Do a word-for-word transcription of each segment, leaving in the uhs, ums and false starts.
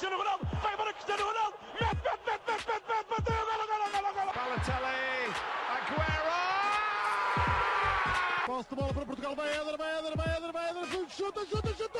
Cristiano Ronaldo, vai embora Cristiano Ronaldo, mete, mete, mete, mete, mete, mete, bateu, golo, golo, golo, golo. Balotelli, Aguero! Posse de bola para Portugal, vai Éder, vai Éder, vai Éder, vai Éder, chuta, chuta, chuta!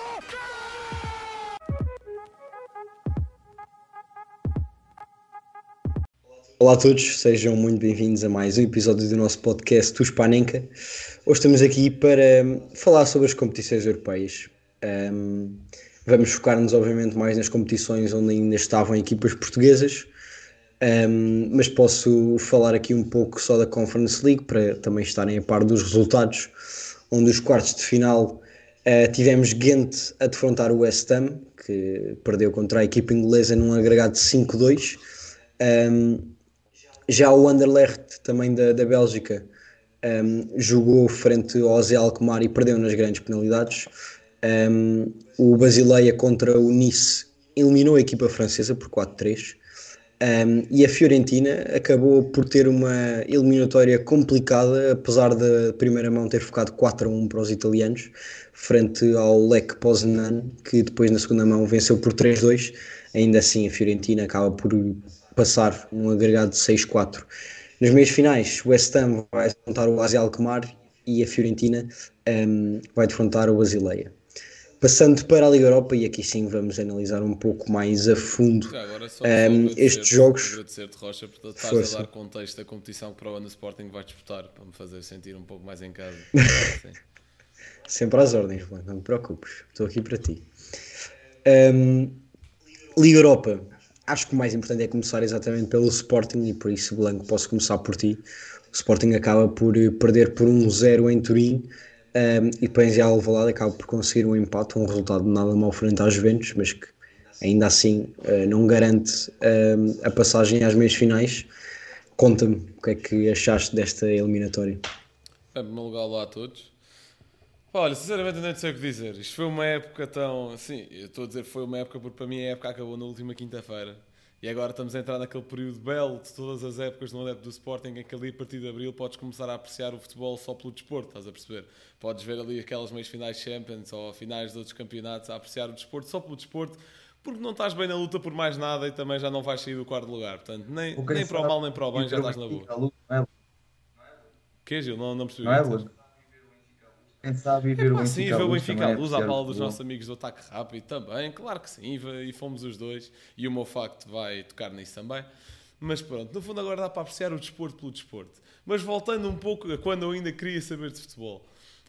Olá a todos, sejam muito bem-vindos a mais um episódio do nosso podcast Os Panenka. Hoje estamos aqui para falar sobre as competições europeias. Um, vamos focar-nos obviamente mais nas competições onde ainda estavam equipas portuguesas, um, mas posso falar aqui um pouco só da Conference League para também estarem a par dos resultados, onde os quartos de final uh, tivemos Ghent a defrontar o West Ham, que perdeu contra a equipa inglesa num agregado de cinco a dois. Um, Já o Anderlecht, também da, da Bélgica, um, jogou frente ao Zé Alkmaar e perdeu nas grandes penalidades. Um, o Basileia contra o Nice eliminou a equipa francesa por quatro a três. Um, e a Fiorentina acabou por ter uma eliminatória complicada, apesar da primeira mão ter ficado quatro a um para os italianos, frente ao Lech Poznan, que depois na segunda mão venceu por três a dois. Ainda assim a Fiorentina acaba por passar um agregado de seis a quatro. Nas meias finais, o West Ham vai defrontar o A Z Alkmaar e a Fiorentina um, vai defrontar o Basileia. Passando para a Liga Europa, e aqui sim vamos analisar um pouco mais a fundo agora só, um, só estes jogos. Agradecer-te, Rocha, por estás Força. a dar contexto da competição que para o ano o Sporting vai disputar, para me fazer sentir um pouco mais em casa. Sim. Sempre às ordens, mano, não me preocupes, estou aqui para ti. Um, Liga Europa, acho que o mais importante é começar exatamente pelo Sporting, e por isso, Blanco, posso começar por ti. O Sporting acaba por perder por um a zero em Turim, um, e depois em Alvalade acaba por conseguir um empate, um resultado nada mal frente às Juventus, mas que ainda assim uh, não garante um, a passagem às meias finais. Conta-me o que é que achaste desta eliminatória. Em primeiro lugar, olá a todos. Olha, sinceramente não sei o que dizer. Isto foi uma época tão... Sim, eu estou a dizer foi uma época porque para mim a época acabou na última quinta-feira. E agora estamos a entrar naquele período belo de todas as épocas no adepto do Sporting, em que ali a partir de Abril podes começar a apreciar o futebol só pelo desporto, estás a perceber? Podes ver ali aquelas meias finais Champions ou finais de outros campeonatos a apreciar o desporto só pelo desporto, porque não estás bem na luta por mais nada e também já não vais sair do quarto lugar. Portanto, nem, nem para o mal nem para o bem já estás na boa. O que, Gil? Não, não percebi. Não é, Luz? Quem sabe ir ver É o pá, sim, Benfica ver o Luz Benfica também à é luz à apreciar pala o dos futebol. nossos amigos do Ataque Rápido também, claro que sim, e fomos os dois, e o meu facto vai tocar nisso também. Mas pronto, no fundo agora dá para apreciar o desporto pelo desporto. Mas voltando um pouco a quando eu ainda queria saber de futebol.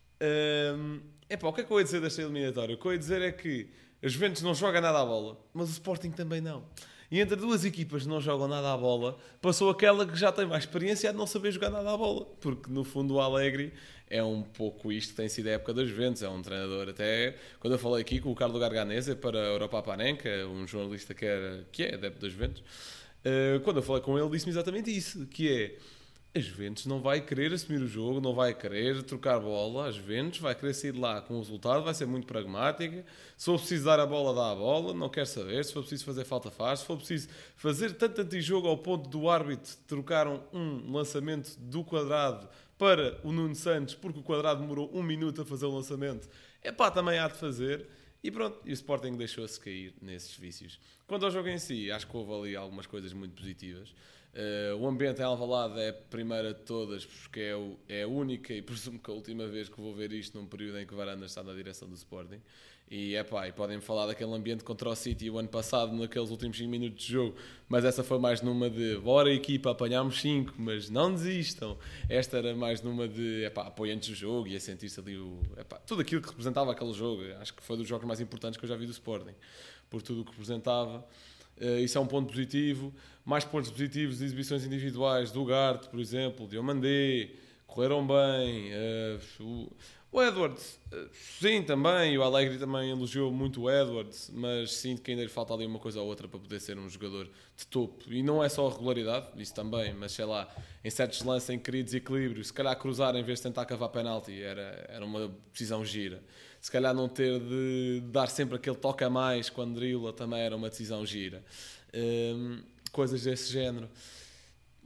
Hum, epá, o que é que eu ia dizer desta eliminatória? O que eu ia dizer é que a Juventus não joga nada à bola, mas o Sporting também não. E entre duas equipas que não jogam nada à bola, passou aquela que já tem mais experiência de não saber jogar nada à bola. Porque, no fundo, o Allegri é um pouco isto que tem sido a época das Juventus. É um treinador, até quando eu falei aqui com o Carlo Garganese para a Europa Panenka, um jornalista que, era, que é adepto das Juventus, uh, quando eu falei com ele, disse-me exatamente isso, que é... A Juventus não vai querer assumir o jogo, não vai querer trocar bola. A Juventus vai querer sair de lá com o resultado, vai ser muito pragmática. Se for preciso dar a bola, dá a bola, não quer saber. Se for preciso fazer falta, faz. Se for preciso fazer tanto antijogo ao ponto do árbitro trocar um lançamento do Quadrado para o Nuno Santos, porque o Quadrado demorou um minuto a fazer o lançamento, é pá, também há de fazer. E pronto, e o Sporting deixou-se cair nesses vícios. Quanto ao jogo em si, acho que houve ali algumas coisas muito positivas. Uh, o ambiente em Alvalade é a primeira de todas, porque é, o, é a única e presumo que a última vez que vou ver isto num período em que o Varanda está na direção do Sporting. E, epá, e podem-me falar daquele ambiente contra o City o ano passado, naqueles últimos cinco minutos de jogo, mas essa foi mais numa de bora equipa, apanhámos cinco, mas não desistam. Esta era mais numa de epá, apoiantes do jogo e a sentir-se ali o, epá, tudo aquilo que representava aquele jogo. Acho que foi dos jogos mais importantes que eu já vi do Sporting, por tudo o que representava. Uh, isso é um ponto positivo. Mais pontos positivos de exibições individuais do Ugarte, por exemplo, de Diomandé, correram bem. Uh, o, o Edwards, uh, sim, também. O Allegri também elogiou muito o Edwards, mas sinto que ainda lhe falta ali uma coisa ou outra para poder ser um jogador de topo. E não é só a regularidade, isso também, mas sei lá, em certos lances em que queria desequilíbrio, se calhar cruzar em vez de tentar cavar penalti, era, era uma decisão gira. Se calhar não ter de dar sempre aquele toque a mais quando dribla também era uma decisão gira. Um, coisas desse género.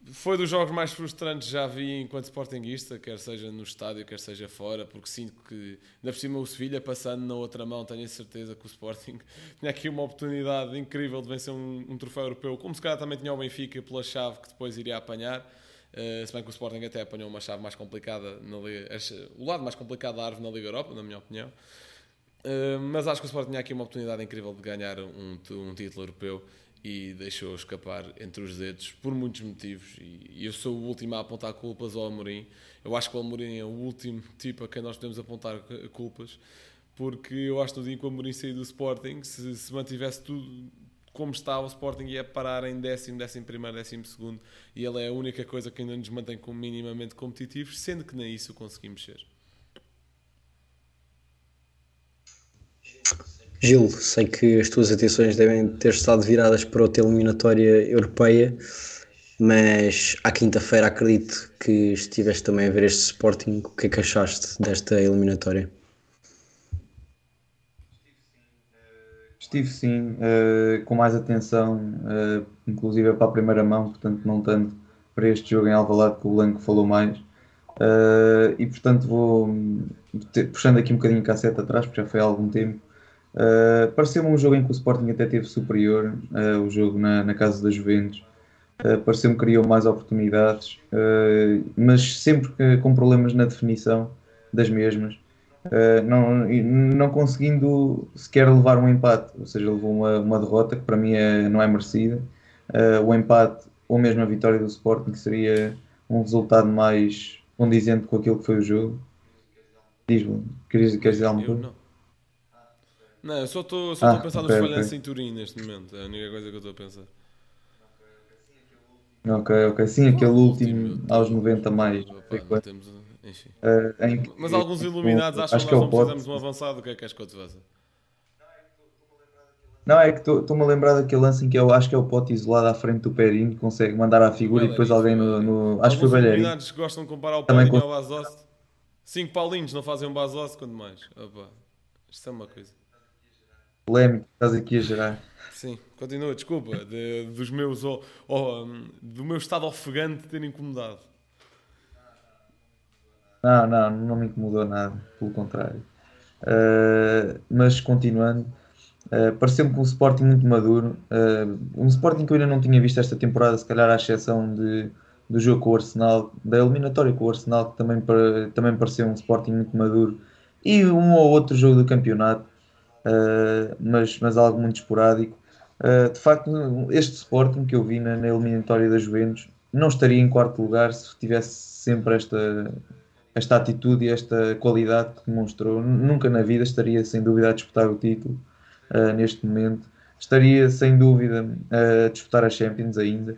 foi dos jogos mais frustrantes que já vi enquanto sportinguista, quer seja no estádio, quer seja fora, porque sinto que, ainda por cima, o Sevilha, passando na outra mão, tenho a certeza que o Sporting tinha aqui uma oportunidade incrível de vencer um, um troféu europeu, como se calhar também tinha o Benfica pela chave que depois iria apanhar, uh, se bem que o Sporting até apanhou uma chave mais complicada, na Liga, o lado mais complicado da árvore na Liga Europa, na minha opinião. Uh, mas acho que o Sporting tinha aqui uma oportunidade incrível de ganhar um, um título europeu e deixou escapar entre os dedos por muitos motivos, e eu sou o último a apontar culpas ao Amorim. Eu acho que o Amorim é o último tipo a quem nós podemos apontar culpas, porque eu acho que no dia que o Amorim sair do Sporting, se, se mantivesse tudo como está, o Sporting ia parar em décimo, décimo primeiro, décimo segundo, e ele é a única coisa que ainda nos mantém como minimamente competitivos, sendo que nem isso conseguimos ser. Gil, sei que as tuas atenções devem ter estado viradas para outra eliminatória europeia, mas à quinta-feira acredito que estiveste também a ver este Sporting. O que é que achaste desta eliminatória? Estive sim, uh, com mais atenção, uh, inclusive para a primeira mão, portanto não tanto para este jogo em Alvalade, que o Blanco falou mais. Uh, e portanto vou ter, puxando aqui um bocadinho a cassete atrás, porque já foi há algum tempo. Uh, pareceu-me um jogo em que o Sporting até teve superior, uh, o jogo na, na casa da Juventus. Uh, pareceu-me que criou mais oportunidades, uh, mas sempre que, com problemas na definição das mesmas, uh, não, não conseguindo sequer levar um empate, ou seja, levou uma, uma derrota que para mim é, não é merecida. Uh, o empate ou mesmo a vitória do Sporting seria um resultado mais condizente com aquilo que foi o jogo. Diz-me, queres, queres dizer alguma coisa? Não. Não, eu só estou ah, a pensar okay, nos falhanços okay. em Turim neste momento. É a única coisa que eu estou a pensar. Ok, ok. Sim, aquele último, último aos noventa mais. Opa, temos, enfim. Uh, em, Mas alguns iluminados acham que nós não precisamos de um avançado. O que é que és que eu te faça? Não, é que estou-me a lembrar daquele lance em que eu acho que é o Pote isolado à frente do Perinho, que consegue mandar à figura e depois alguém no... no acho que foi o Balheirinho. Os iluminados gostam de comparar o Paulinho ao Basoste. Cinco Paulinhos não fazem um Basoste, quanto mais. Opa, isto é uma coisa. Polémico, estás aqui a gerar. Sim, continua, desculpa, de, dos meus, oh, oh, do meu estado ofegante de ter incomodado. Não, não, não me incomodou nada, pelo contrário. Uh, mas continuando, uh, pareceu-me que um Sporting muito maduro, uh, um Sporting que eu ainda não tinha visto esta temporada, se calhar à exceção de, do jogo com o Arsenal, da eliminatória com o Arsenal, que também, também pareceu um Sporting muito maduro, e um ou outro jogo do campeonato. Uh, mas, mas algo muito esporádico. Uh, de facto, este Sporting que eu vi na, na eliminatória da Juventus não estaria em quarto lugar se tivesse sempre esta, esta atitude e esta qualidade que demonstrou. Nunca na vida estaria sem dúvida a disputar o título uh, neste momento. Estaria sem dúvida a disputar a Champions ainda.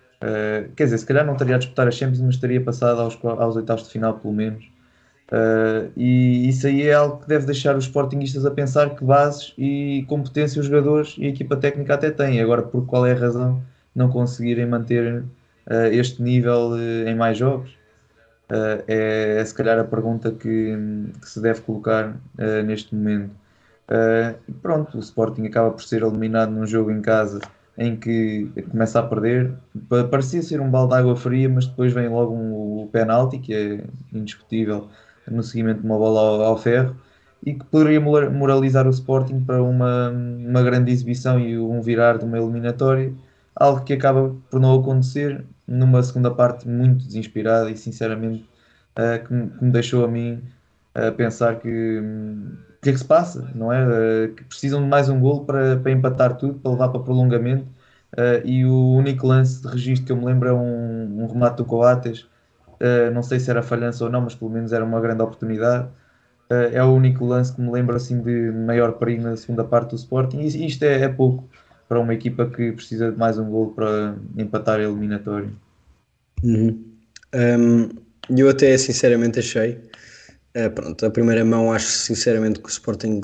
Uh, quer dizer, se calhar não estaria a disputar a Champions, mas estaria passado aos, aos oitavos de final pelo menos. Uh, e isso aí é algo que deve deixar os sportinguistas a pensar que bases e competência os jogadores e a equipa técnica até têm. Agora, por qual é a razão não conseguirem manter uh, este nível uh, em mais jogos? Uh, é, é se calhar a pergunta que, que se deve colocar uh, neste momento. Uh, e pronto, o Sporting acaba por ser eliminado num jogo em casa em que começa a perder. Parecia ser um balde de água fria, mas depois vem logo um, o penalti, que é indiscutível, no seguimento de uma bola ao, ao ferro, e que poderia moralizar o Sporting para uma, uma grande exibição e um virar de uma eliminatória, algo que acaba por não acontecer numa segunda parte muito desinspirada e sinceramente uh, que, me, que me deixou a mim uh, pensar que o que é que se passa, não é? Uh, que precisam de mais um golo para, para empatar tudo, para levar para prolongamento, uh, e o único lance de registro que eu me lembro é um, um remate do Coates. Uh, não sei se era falhança ou não, mas pelo menos era uma grande oportunidade. Uh, é o único lance que me lembro assim de maior perigo na segunda parte do Sporting, e isto é, é pouco para uma equipa que precisa de mais um golo para empatar a eliminatória. Uhum. Um, eu até sinceramente achei, uh, pronto, a primeira mão acho sinceramente que o Sporting,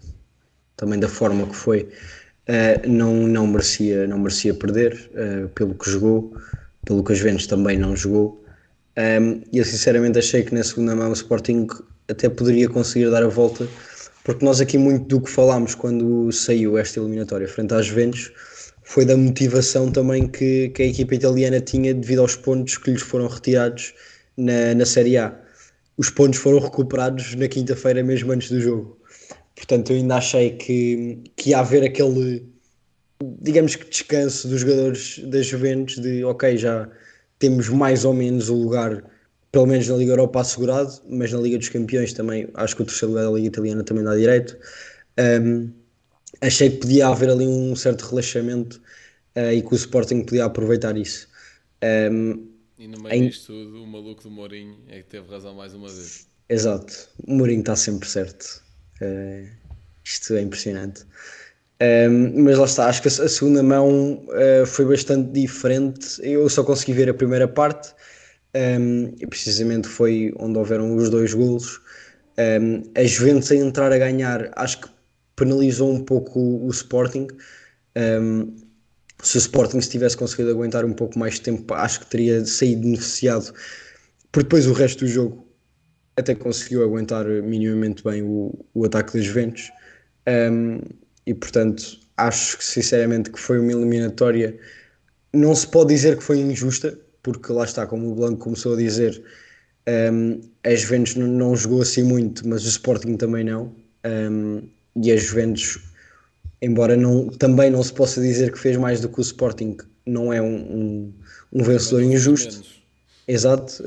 também da forma que foi, uh, não, não, merecia, não merecia perder, uh, pelo que jogou, pelo que as Juventus também não jogou. Um, e eu sinceramente achei que na segunda mão o Sporting até poderia conseguir dar a volta, porque nós aqui muito do que falámos quando saiu esta eliminatória frente às Juventus foi da motivação também que, que a equipa italiana tinha devido aos pontos que lhes foram retirados na, na Série A. Os pontos foram recuperados na quinta-feira mesmo antes do jogo. Portanto, eu ainda achei que, que ia haver aquele, digamos que descanso dos jogadores da Juventus de, ok, já temos mais ou menos o lugar, pelo menos na Liga Europa assegurado, mas na Liga dos Campeões também, acho que o terceiro lugar da Liga Italiana também dá direito. Um, achei que podia haver ali um certo relaxamento uh, e que o Sporting podia aproveitar isso. Um, e no meio em... disto tudo, o maluco do Mourinho é que teve razão mais uma vez. Exato, o Mourinho está sempre certo. Uh, isto é impressionante. Um, mas lá está, acho que a, a segunda mão uh, foi bastante diferente. Eu só consegui ver a primeira parte, um, e precisamente foi onde houveram os dois golos. Um, a Juventus a entrar a ganhar, acho que penalizou um pouco o, o Sporting. Um, se o Sporting se tivesse conseguido aguentar um pouco mais de tempo, acho que teria saído beneficiado, porque depois o resto do jogo até conseguiu aguentar minimamente bem o, o ataque das Juventus. Um, e portanto acho que sinceramente que foi uma eliminatória, não se pode dizer que foi injusta, porque lá está, como o Blanco começou a dizer, um, a Juventus não, não jogou assim muito, mas o Sporting também não, um, e a Juventus, embora não, também não se possa dizer que fez mais do que o Sporting, não é um, um, um vencedor injusto. Exato.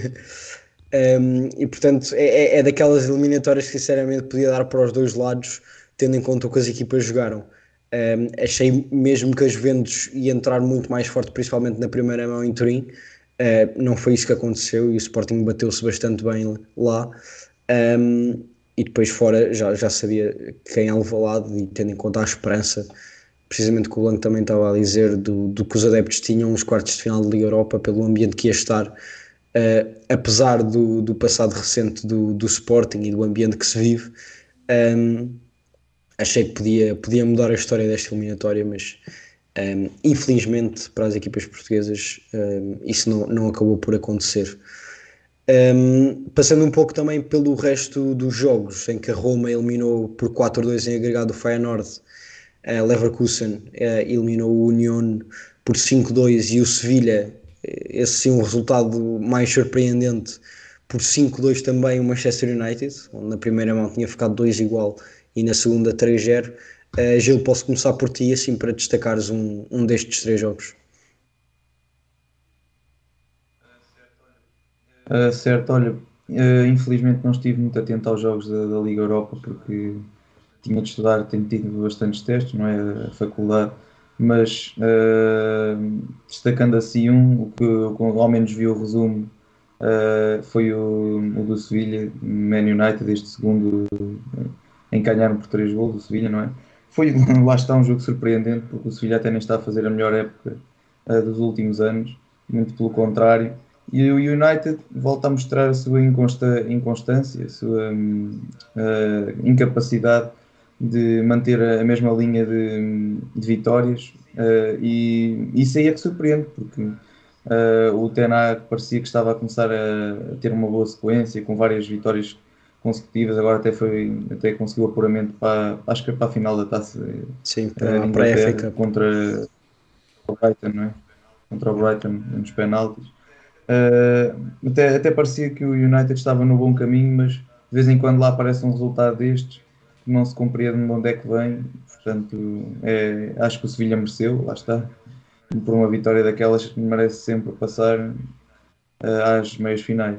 um, e portanto é, é, é daquelas eliminatórias que sinceramente podia dar para os dois lados, tendo em conta o que as equipas jogaram. Um, achei mesmo que a Juventus ia entrar muito mais forte, principalmente na primeira mão em Turim. Uh, não foi isso que aconteceu e o Sporting bateu-se bastante bem lá. Um, e depois fora já, já sabia quem é Alvalade, e tendo em conta a esperança, precisamente que o Blanco também estava a dizer, do, do que os adeptos tinham nos quartos de final da Liga Europa, pelo ambiente que ia estar, uh, apesar do, do passado recente do, do Sporting e do ambiente que se vive. Um, achei que podia, podia mudar a história desta eliminatória, mas um, infelizmente para as equipas portuguesas um, isso não, não acabou por acontecer. Um, passando um pouco também pelo resto dos jogos, em que a Roma eliminou por quatro a dois em agregado o Feyenoord, uh, Leverkusen uh, eliminou o Union por cinco a dois e o Sevilha, esse sim um resultado mais surpreendente, por cinco a dois também o Manchester United, onde na primeira mão tinha ficado dois igual e na segunda três a zero. Uh, Gil, posso começar por ti assim para destacares um, um destes três jogos? Uh, certo, olha, uh, infelizmente não estive muito atento aos jogos da, da Liga Europa porque tinha de estudar, tenho tido bastantes testes, não é? A faculdade, mas uh, destacando assim um, o que eu ao menos vi o resumo uh, foi o, o do Sevilha, Man United, este segundo, em que ganharam por três gols, o Sevilha, não é? Foi, lá está, um jogo surpreendente, porque o Sevilha até nem está a fazer a melhor época uh, dos últimos anos, muito pelo contrário. E o United volta a mostrar a sua inconsta, inconstância, a sua uh, incapacidade de manter a mesma linha de, de vitórias, uh, e isso aí é que surpreende, porque uh, o Ten Hag parecia que estava a começar a, a ter uma boa sequência, com várias vitórias consecutivas, agora até, foi, até conseguiu apuramento para, acho que é para a final da taça. Sim, para, uh, para a F A Cup. Contra o Brighton, não é? Contra o Brighton nos penaltis. Uh, até, até parecia que o United estava no bom caminho, mas de vez em quando lá aparece um resultado destes que não se compreende de onde é que vem. Portanto, é, acho que o Sevilha mereceu, lá está, por uma vitória daquelas que merece sempre passar uh, às meias finais.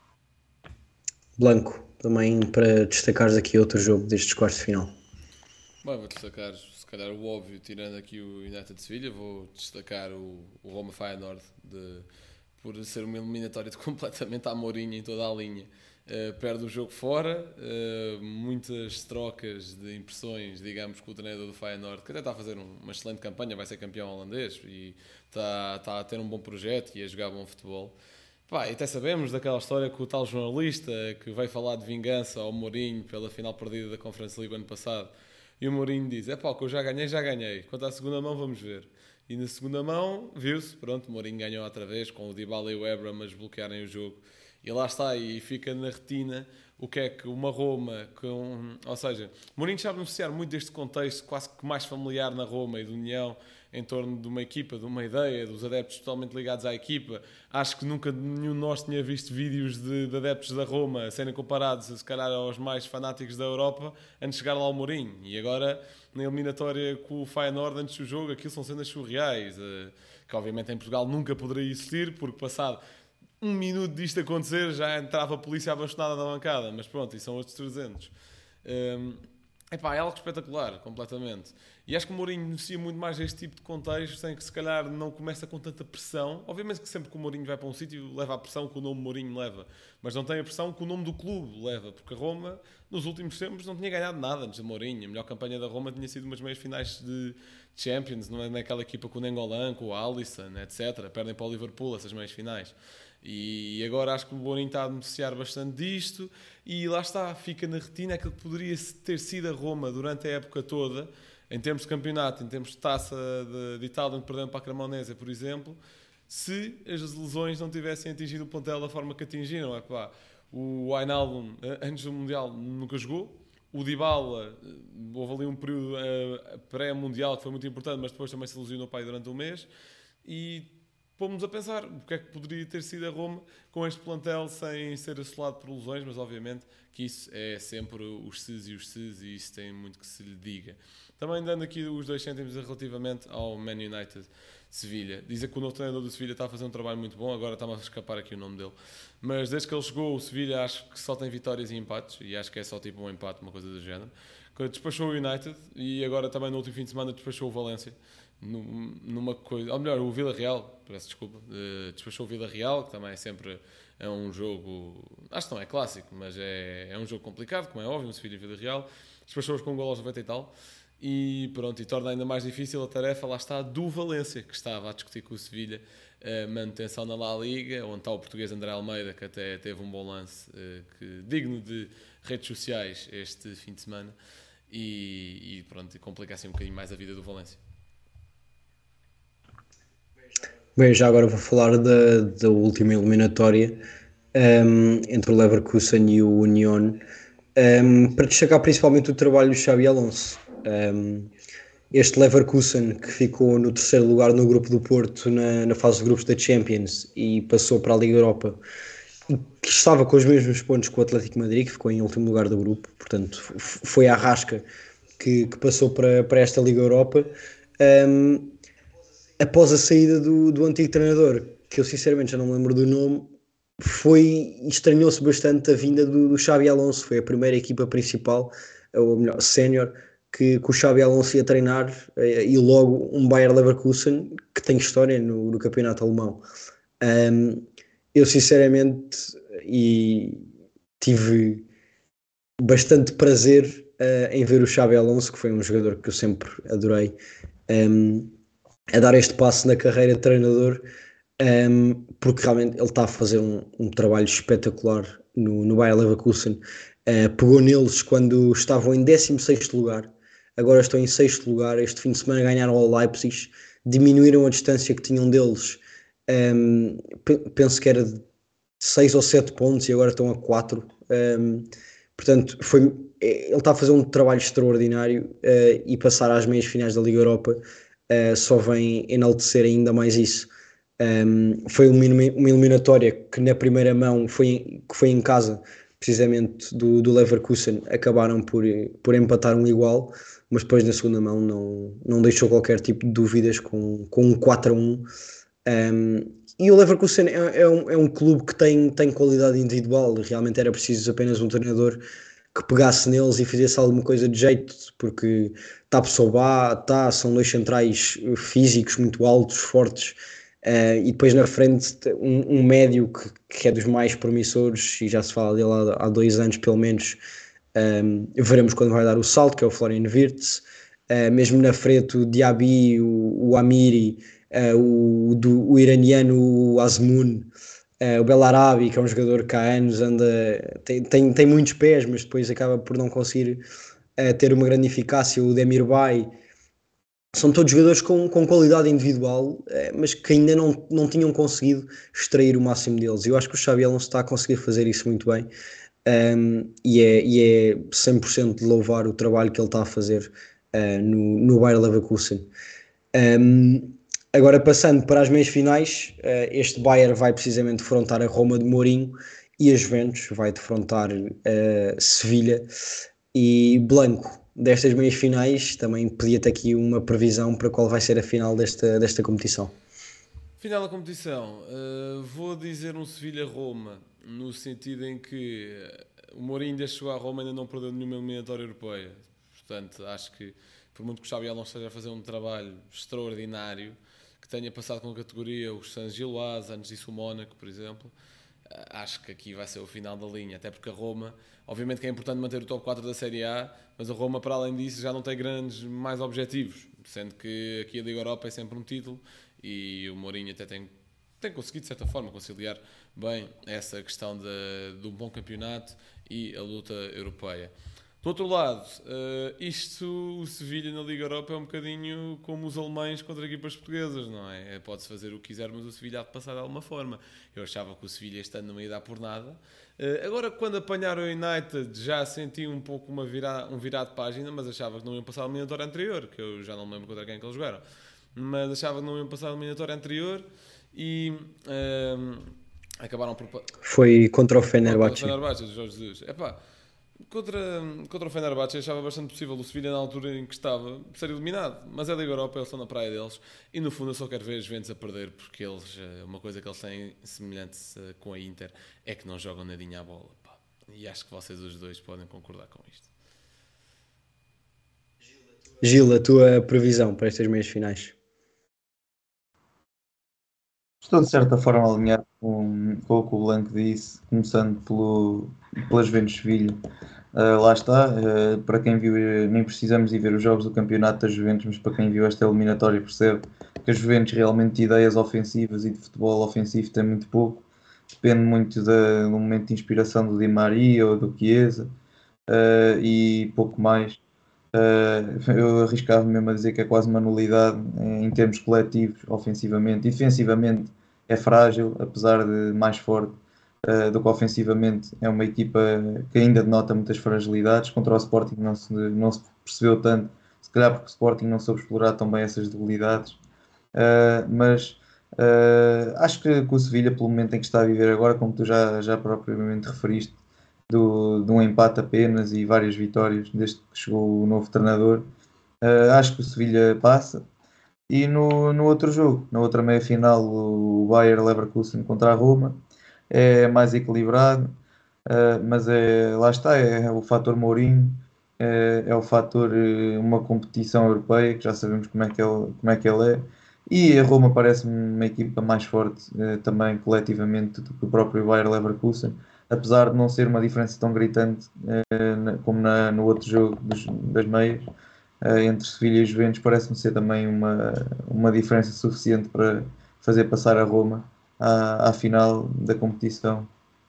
Blanco, também para destacares aqui outro jogo destes quartos de final. Bem, vou destacar, se calhar o óbvio, tirando aqui o United de Sevilha, vou destacar o, o Roma Feyenoord, de por ser uma eliminatória de completamente à Mourinho em toda a linha. Uh, perde o jogo fora, uh, muitas trocas de impressões, digamos, com o treinador do Feyenoord, que até está a fazer um, uma excelente campanha, vai ser campeão holandês e está, está a ter um bom projeto e a jogar bom futebol. Pá, e até sabemos daquela história com o tal jornalista que veio falar de vingança ao Mourinho pela final perdida da Conference League ano passado, e o Mourinho diz, é pá, que eu já ganhei, já ganhei, quanto à segunda mão vamos ver. E na segunda mão, viu-se, pronto, o Mourinho ganhou outra vez, com o Dybala e o Abraham a desbloquearem o jogo. E lá está, e fica na retina o que é que uma Roma, com, ou seja, o Mourinho já beneficiar muito deste contexto, quase que mais familiar na Roma e de união, em torno de uma equipa, de uma ideia, dos adeptos totalmente ligados à equipa. Acho que nunca nenhum de nós tinha visto vídeos de, de adeptos da Roma serem comparados, se calhar, aos mais fanáticos da Europa, antes de chegar lá ao Mourinho. E agora, na eliminatória com o Feyenoord, antes do jogo, aquilo são cenas surreais, que obviamente em Portugal nunca poderia existir, porque passado um minuto disto acontecer já entrava a polícia abastonada na bancada. Mas pronto, e são outros trezentos. Um, epá, é algo espetacular, completamente. E acho que o Mourinho negocia muito mais este tipo de contextos, em que se calhar não começa com tanta pressão. Obviamente que sempre que o Mourinho vai para um sítio leva a pressão que o nome Mourinho leva, mas não tem a pressão que o nome do clube leva, porque a Roma nos últimos tempos não tinha ganhado nada antes de Mourinho. A melhor campanha da Roma tinha sido umas meias finais de Champions, não é, naquela equipa com o Nainggolan, com o Alisson, etcétera. Perdem para o Liverpool essas meias finais. E agora acho que o Mourinho está a beneficiar bastante disto, e lá está, fica na retina aquilo que poderia ter sido a Roma durante a época toda, em termos de campeonato, em termos de taça de, de Itália, onde perdemos para a Cremonese, por exemplo, se as lesões não tivessem atingido o plantel da forma que atingiram. É pá, o Wijnaldum, antes do Mundial, nunca jogou. O Dybala, houve ali um período uh, pré-mundial que foi muito importante, mas depois também se lesionou pai durante um mês. E pomos a pensar o que é que poderia ter sido a Roma com este plantel sem ser assolado por lesões, mas obviamente que isso é sempre os ses e os ses, e isso tem muito que se lhe diga. Também dando aqui os dois cêntimos relativamente ao Man United Sevilha. Dizer que o novo treinador do Sevilha está a fazer um trabalho muito bom, agora está-me a escapar aqui o nome dele. Mas desde que ele chegou, o Sevilha acho que só tem vitórias e empates, e acho que é só tipo um empate, uma coisa do género. Despachou o United e agora também no último fim de semana despachou o Valência. Numa coisa, ou melhor, o Vila Real, peço desculpa, uh, despachou o Vila Real, que também é sempre é um jogo, acho que não é clássico, mas é, é um jogo complicado, como é óbvio, um Sevilha e Vila Real. Despachou-os com um gol aos noventa e tal, e pronto, e torna ainda mais difícil a tarefa, lá está, do Valência, que estava a discutir com o Sevilha a manutenção na La Liga, onde está o português André Almeida, que até teve um bom lance, uh, que, digno de redes sociais este fim de semana, e, e pronto, complica assim um bocadinho mais a vida do Valência. Bem, já agora vou falar da, da última eliminatória um, entre o Leverkusen e o Union, um, para destacar principalmente o trabalho do Xabi Alonso. Um, este Leverkusen, que ficou no terceiro lugar no grupo do Porto na, na fase de grupos da Champions e passou para a Liga Europa, que estava com os mesmos pontos que o Atlético de Madrid, que ficou em último lugar do grupo, portanto foi a Rasca que, que passou para, para esta Liga Europa. Um, após a saída do, do antigo treinador, que eu sinceramente já não me lembro do nome, foi, estranhou-se bastante a vinda do, do Xabi Alonso. Foi a primeira equipa principal, ou melhor, sénior, que, que o Xabi Alonso ia treinar, e logo um Bayer Leverkusen que tem história no, no campeonato alemão. Um, eu sinceramente e tive bastante prazer uh, em ver o Xabi Alonso, que foi um jogador que eu sempre adorei, um, a dar este passo na carreira de treinador, um, porque realmente ele está a fazer um, um trabalho espetacular no, no Bayer Leverkusen. Uh, pegou neles quando estavam em décimo sexto lugar, agora estão em sexto lugar. Este fim de semana ganharam ao Leipzig, diminuíram a distância que tinham deles, um, penso que era de seis ou sete pontos, e agora estão a quatro. Um, portanto, foi, ele está a fazer um trabalho extraordinário, uh, e passar às meias finais da Liga Europa Uh, só vem enaltecer ainda mais isso. Um, foi uma eliminatória que na primeira mão foi, que foi em casa, precisamente do, do Leverkusen, acabaram por, por empatar um igual, mas depois na segunda mão não, não deixou qualquer tipo de dúvidas com, com um quatro a um. Um, e o Leverkusen é, é, um, é um clube que tem, tem qualidade individual, realmente era preciso apenas um treinador que pegasse neles e fizesse alguma coisa de jeito, porque Tap Sobá, tá, são dois centrais físicos muito altos, fortes, uh, e depois na frente um, um médio que, que é dos mais promissores, e já se fala dele há, há dois anos pelo menos. Um, veremos quando vai dar o salto, que é o Florian Wirtz. Uh, mesmo na frente o Diaby, o, o Amiri, uh, o, do, o iraniano o Azmoun, Uh, o Belarabi, que é um jogador que há anos anda, tem, tem, tem muitos pés, mas depois acaba por não conseguir uh, ter uma grande eficácia. O Demirbay, são todos jogadores com, com qualidade individual, uh, mas que ainda não, não tinham conseguido extrair o máximo deles. Eu acho que o Xabi Alonso está a conseguir fazer isso muito bem, um, e, é, e é cem por cento de louvar o trabalho que ele está a fazer uh, no, no Bayer Leverkusen. Um, agora passando para as meias finais, uh, este Bayern vai precisamente defrontar a Roma de Mourinho e a Juventus vai defrontar uh, Sevilha e Blanco. Destas meias finais também pedia-te aqui uma previsão para qual vai ser a final desta, desta competição. Final da competição, uh, vou dizer um Sevilha-Roma, no sentido em que o Mourinho desde que chegou à Roma ainda não perdeu nenhuma eliminatória europeia. Portanto, acho que por muito que o Xabi Alonso esteja a fazer um trabalho extraordinário, que tenha passado com a categoria os San Gilloise, antes disso o Mónaco, por exemplo, acho que aqui vai ser o final da linha, até porque a Roma, obviamente que é importante manter o top quatro da Série A, mas a Roma, para além disso, já não tem grandes mais objetivos, sendo que aqui a Liga Europa é sempre um título e o Mourinho até tem, tem conseguido, de certa forma, conciliar bem essa questão de, de um bom campeonato e a luta europeia. Do outro lado, uh, isto, o Sevilha na Liga Europa é um bocadinho como os alemães contra equipas portuguesas, não é? Pode-se fazer o que quiser, mas o Sevilha há de passar de alguma forma. Eu achava que o Sevilha este ano não ia dar por nada. Uh, agora, quando apanharam o United, já senti um pouco uma vira, um virado de página, mas achava que não iam passar a eliminatória anterior, que eu já não me lembro contra quem é que eles jogaram. Mas achava que não iam passar a eliminatória anterior e... Uh, acabaram por... Foi contra o Fenerbahçe. Contra o Fenerbahçe, de Jorge Jesus. Epá, Contra, contra o Fenerbahçe achava bastante possível o Sevilha na altura em que estava ser eliminado, mas é da Liga Europa, eles estão na praia deles e no fundo eu só quero ver os Juventus a perder porque eles, uma coisa que eles têm semelhante com a Inter é que não jogam nadinha à bola, pá. E acho que vocês os dois podem concordar com isto. Gil, a tua previsão para estas meias finais? Estou de certa forma alinhado com, com o que o Blanco disse, começando pelo, pelas Juventus Sevilha. Uh, lá está, uh, para quem viu, nem precisamos de ver os jogos do campeonato das Juventus, mas para quem viu esta eliminatória percebe que as Juventus realmente de ideias ofensivas e de futebol ofensivo tem muito pouco, depende muito da, do momento de inspiração do Di Maria ou do Chiesa uh, e pouco mais. Uh, eu arriscava mesmo a dizer que é quase uma nulidade em, em termos coletivos, ofensivamente e defensivamente é frágil, apesar de mais forte uh, do que ofensivamente. É uma equipa que ainda denota muitas fragilidades. Contra o Sporting não se, não se percebeu tanto, se calhar porque o Sporting não soube explorar tão bem essas debilidades. Uh, mas uh, acho que, que o Sevilha, pelo momento em que está a viver agora, como tu já, já propriamente referiste, do, de um empate apenas e várias vitórias desde que chegou o novo treinador, uh, acho que o Sevilha passa. E no, no outro jogo, na outra meia-final, o Bayer Leverkusen contra a Roma, é mais equilibrado, uh, mas é, lá está, é, é o fator Mourinho, é, é o fator uh, uma competição europeia, que já sabemos como é que ele, como é, que ele é, e a Roma parece-me uma equipa mais forte uh, também coletivamente do que o próprio Bayer Leverkusen, apesar de não ser uma diferença tão gritante uh, na, como na, no outro jogo dos, das meias. Uh, entre Sevilha e Juventus parece-me ser também uma, uma diferença suficiente para fazer passar a Roma à, à final da competição.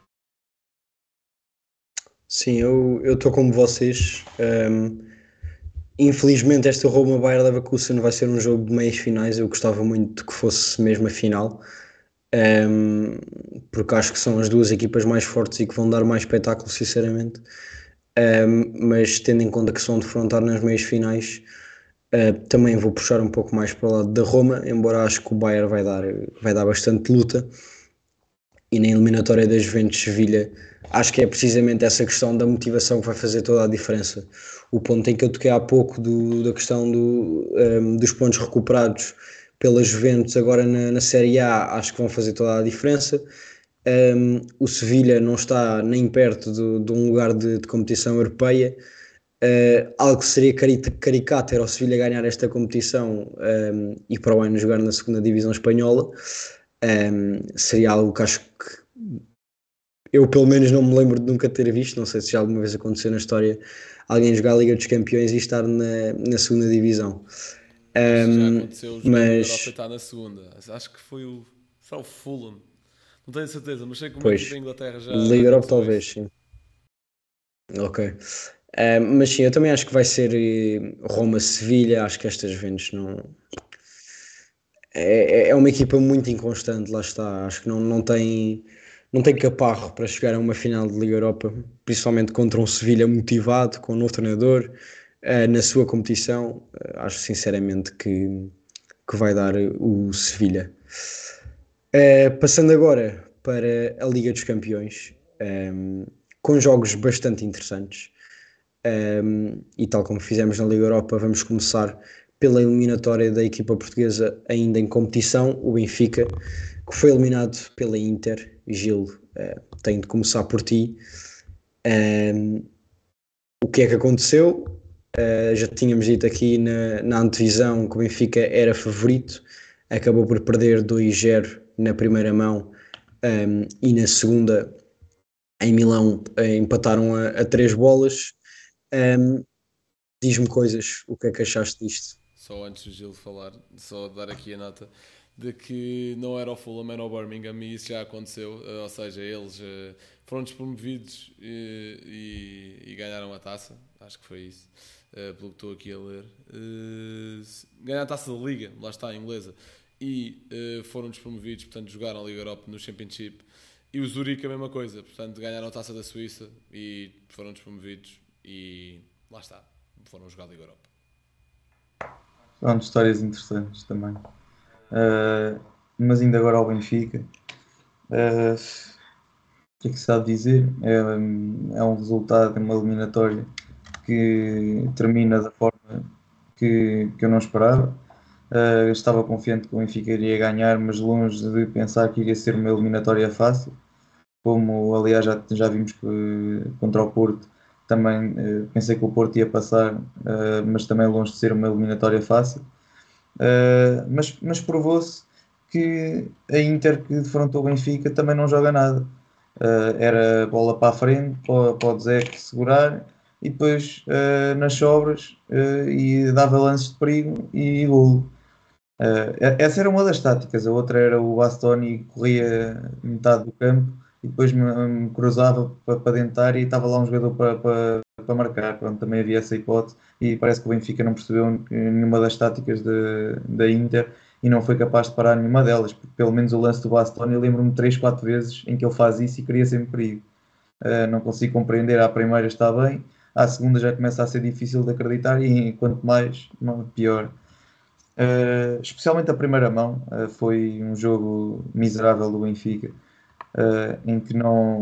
Sim, eu estou como vocês. Um, infelizmente esta Roma-Bayer Leverkusen vai ser um jogo de meias finais. Eu gostava muito que fosse mesmo a final, um, porque acho que são as duas equipas mais fortes e que vão dar mais espetáculo, sinceramente. Um, mas tendo em conta que se vão defrontar nas meias finais, uh, também vou puxar um pouco mais para o lado da Roma, embora acho que o Bayern vai dar, vai dar bastante luta. E na eliminatória da Juventus-Sevilha acho que é precisamente essa questão da motivação que vai fazer toda a diferença. O ponto em que eu toquei há pouco do, da questão do, um, dos pontos recuperados pela Juventus agora na, na Série A, acho que vão fazer toda a diferença. Um, o Sevilha não está nem perto de, de um lugar de, de competição europeia. Uh, algo que seria caricato era o Sevilha ganhar esta competição um, e para o ano jogar na segunda divisão espanhola. Um, seria algo que acho que eu pelo menos não me lembro de nunca ter visto. Não sei se já alguma vez aconteceu na história alguém jogar a Liga dos Campeões e estar na, na segunda divisão. Um, já aconteceu, o mas Europa está na segunda. Acho que foi o, foi o Fulham. Não tenho certeza, mas sei que uma pois, equipa da Inglaterra já... Liga Europa talvez, sim. Ok. Uh, mas sim, eu também acho que vai ser Roma-Sevilha. Acho que estas Juventus não... É, é uma equipa muito inconstante, lá está. Acho que não, não, tem, não tem caparro para chegar a uma final de Liga Europa, principalmente contra um Sevilha motivado, com um novo treinador, uh, na sua competição. Uh, acho sinceramente que que vai dar o Sevilha. Uh, passando agora para a Liga dos Campeões, um, com jogos bastante interessantes. Um, e tal como fizemos na Liga Europa, vamos começar pela eliminatória da equipa portuguesa ainda em competição, o Benfica, que foi eliminado pela Inter. Gil, uh, tenho de começar por ti. Um, o que é que aconteceu? Uh, já tínhamos dito aqui na, na antevisão que o Benfica era favorito, acabou por perder dois zero na primeira mão, um, e na segunda em Milão uh, empataram a, a três bolas. Um, diz-me coisas, o que é que achaste disto? Só antes do Gil falar, só dar aqui a nota de que não era o Fulham, era o Birmingham, e isso já aconteceu, uh, ou seja, eles uh, foram despromovidos uh, e, e ganharam a taça, acho que foi isso, uh, pelo que estou aqui a ler. Uh, ganharam a taça da Liga, lá está, a inglesa, e uh, foram despromovidos, portanto jogaram a Liga Europa no Championship, e o Zurique a mesma coisa, portanto ganharam a taça da Suíça e foram despromovidos e lá está, foram jogar a Liga Europa. São histórias interessantes também. Uh, mas ainda agora ao Benfica, uh, o que é que se sabe dizer? É, é um resultado, é uma eliminatória que termina da forma que, que eu não esperava. Uh, estava confiante que o Benfica iria ganhar, mas longe de pensar que iria ser uma eliminatória fácil, como aliás já, já vimos que contra o Porto também uh, pensei que o Porto ia passar, uh, mas também longe de ser uma eliminatória fácil. Uh, mas, mas provou-se que a Inter, que defrontou o Benfica, também não joga nada. Uh, era bola para a frente, para, para o Dzeko segurar, e depois uh, nas sobras, uh, e dava lances de perigo e golo. Uh, essa era uma das táticas. A outra era o Bastoni corria metade do campo e depois me, me cruzava para, para dentro da área e estava lá um jogador para, para, para marcar. Pronto, também havia essa hipótese, e parece que o Benfica não percebeu nenhuma das táticas de, da Inter e não foi capaz de parar nenhuma delas, porque pelo menos o lance do Bastoni, eu lembro-me três, quatro vezes em que ele faz isso e cria sempre perigo. Uh, não consigo compreender. À primeira está bem, à segunda já começa a ser difícil de acreditar, e quanto mais, pior. Uh, especialmente a primeira mão, uh, foi um jogo miserável do Benfica, uh, em que não,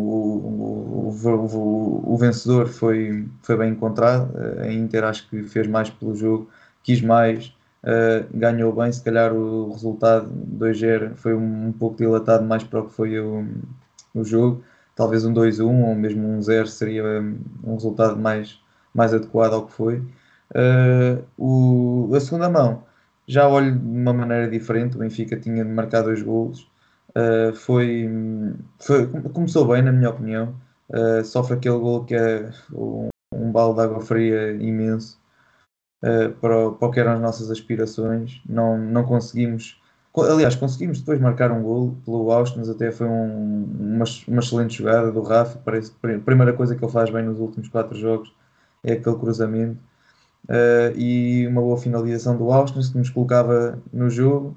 o, o, o, o vencedor foi, foi bem encontrado. Uh, a Inter acho que fez mais pelo jogo, quis mais, uh, ganhou bem. Se calhar o resultado dois zero foi um, um pouco dilatado mais para o que foi o, o jogo. Talvez um dois um ou mesmo um zero seria um resultado mais, mais adequado ao que foi. Uh, o, a segunda mão já olho de uma maneira diferente. O Benfica tinha de marcar dois golos. Uh, foi, foi, começou bem, na minha opinião. Uh, sofre aquele golo que é um, um balde de água fria imenso, uh, para, o, para o que eram as nossas aspirações. Não, não conseguimos... Aliás, conseguimos depois marcar um golo pelo Austin, até foi um, uma, uma excelente jogada do Rafa. Parece que a primeira coisa que ele faz bem nos últimos quatro jogos é aquele cruzamento. Uh, e uma boa finalização do Austin que nos colocava no jogo,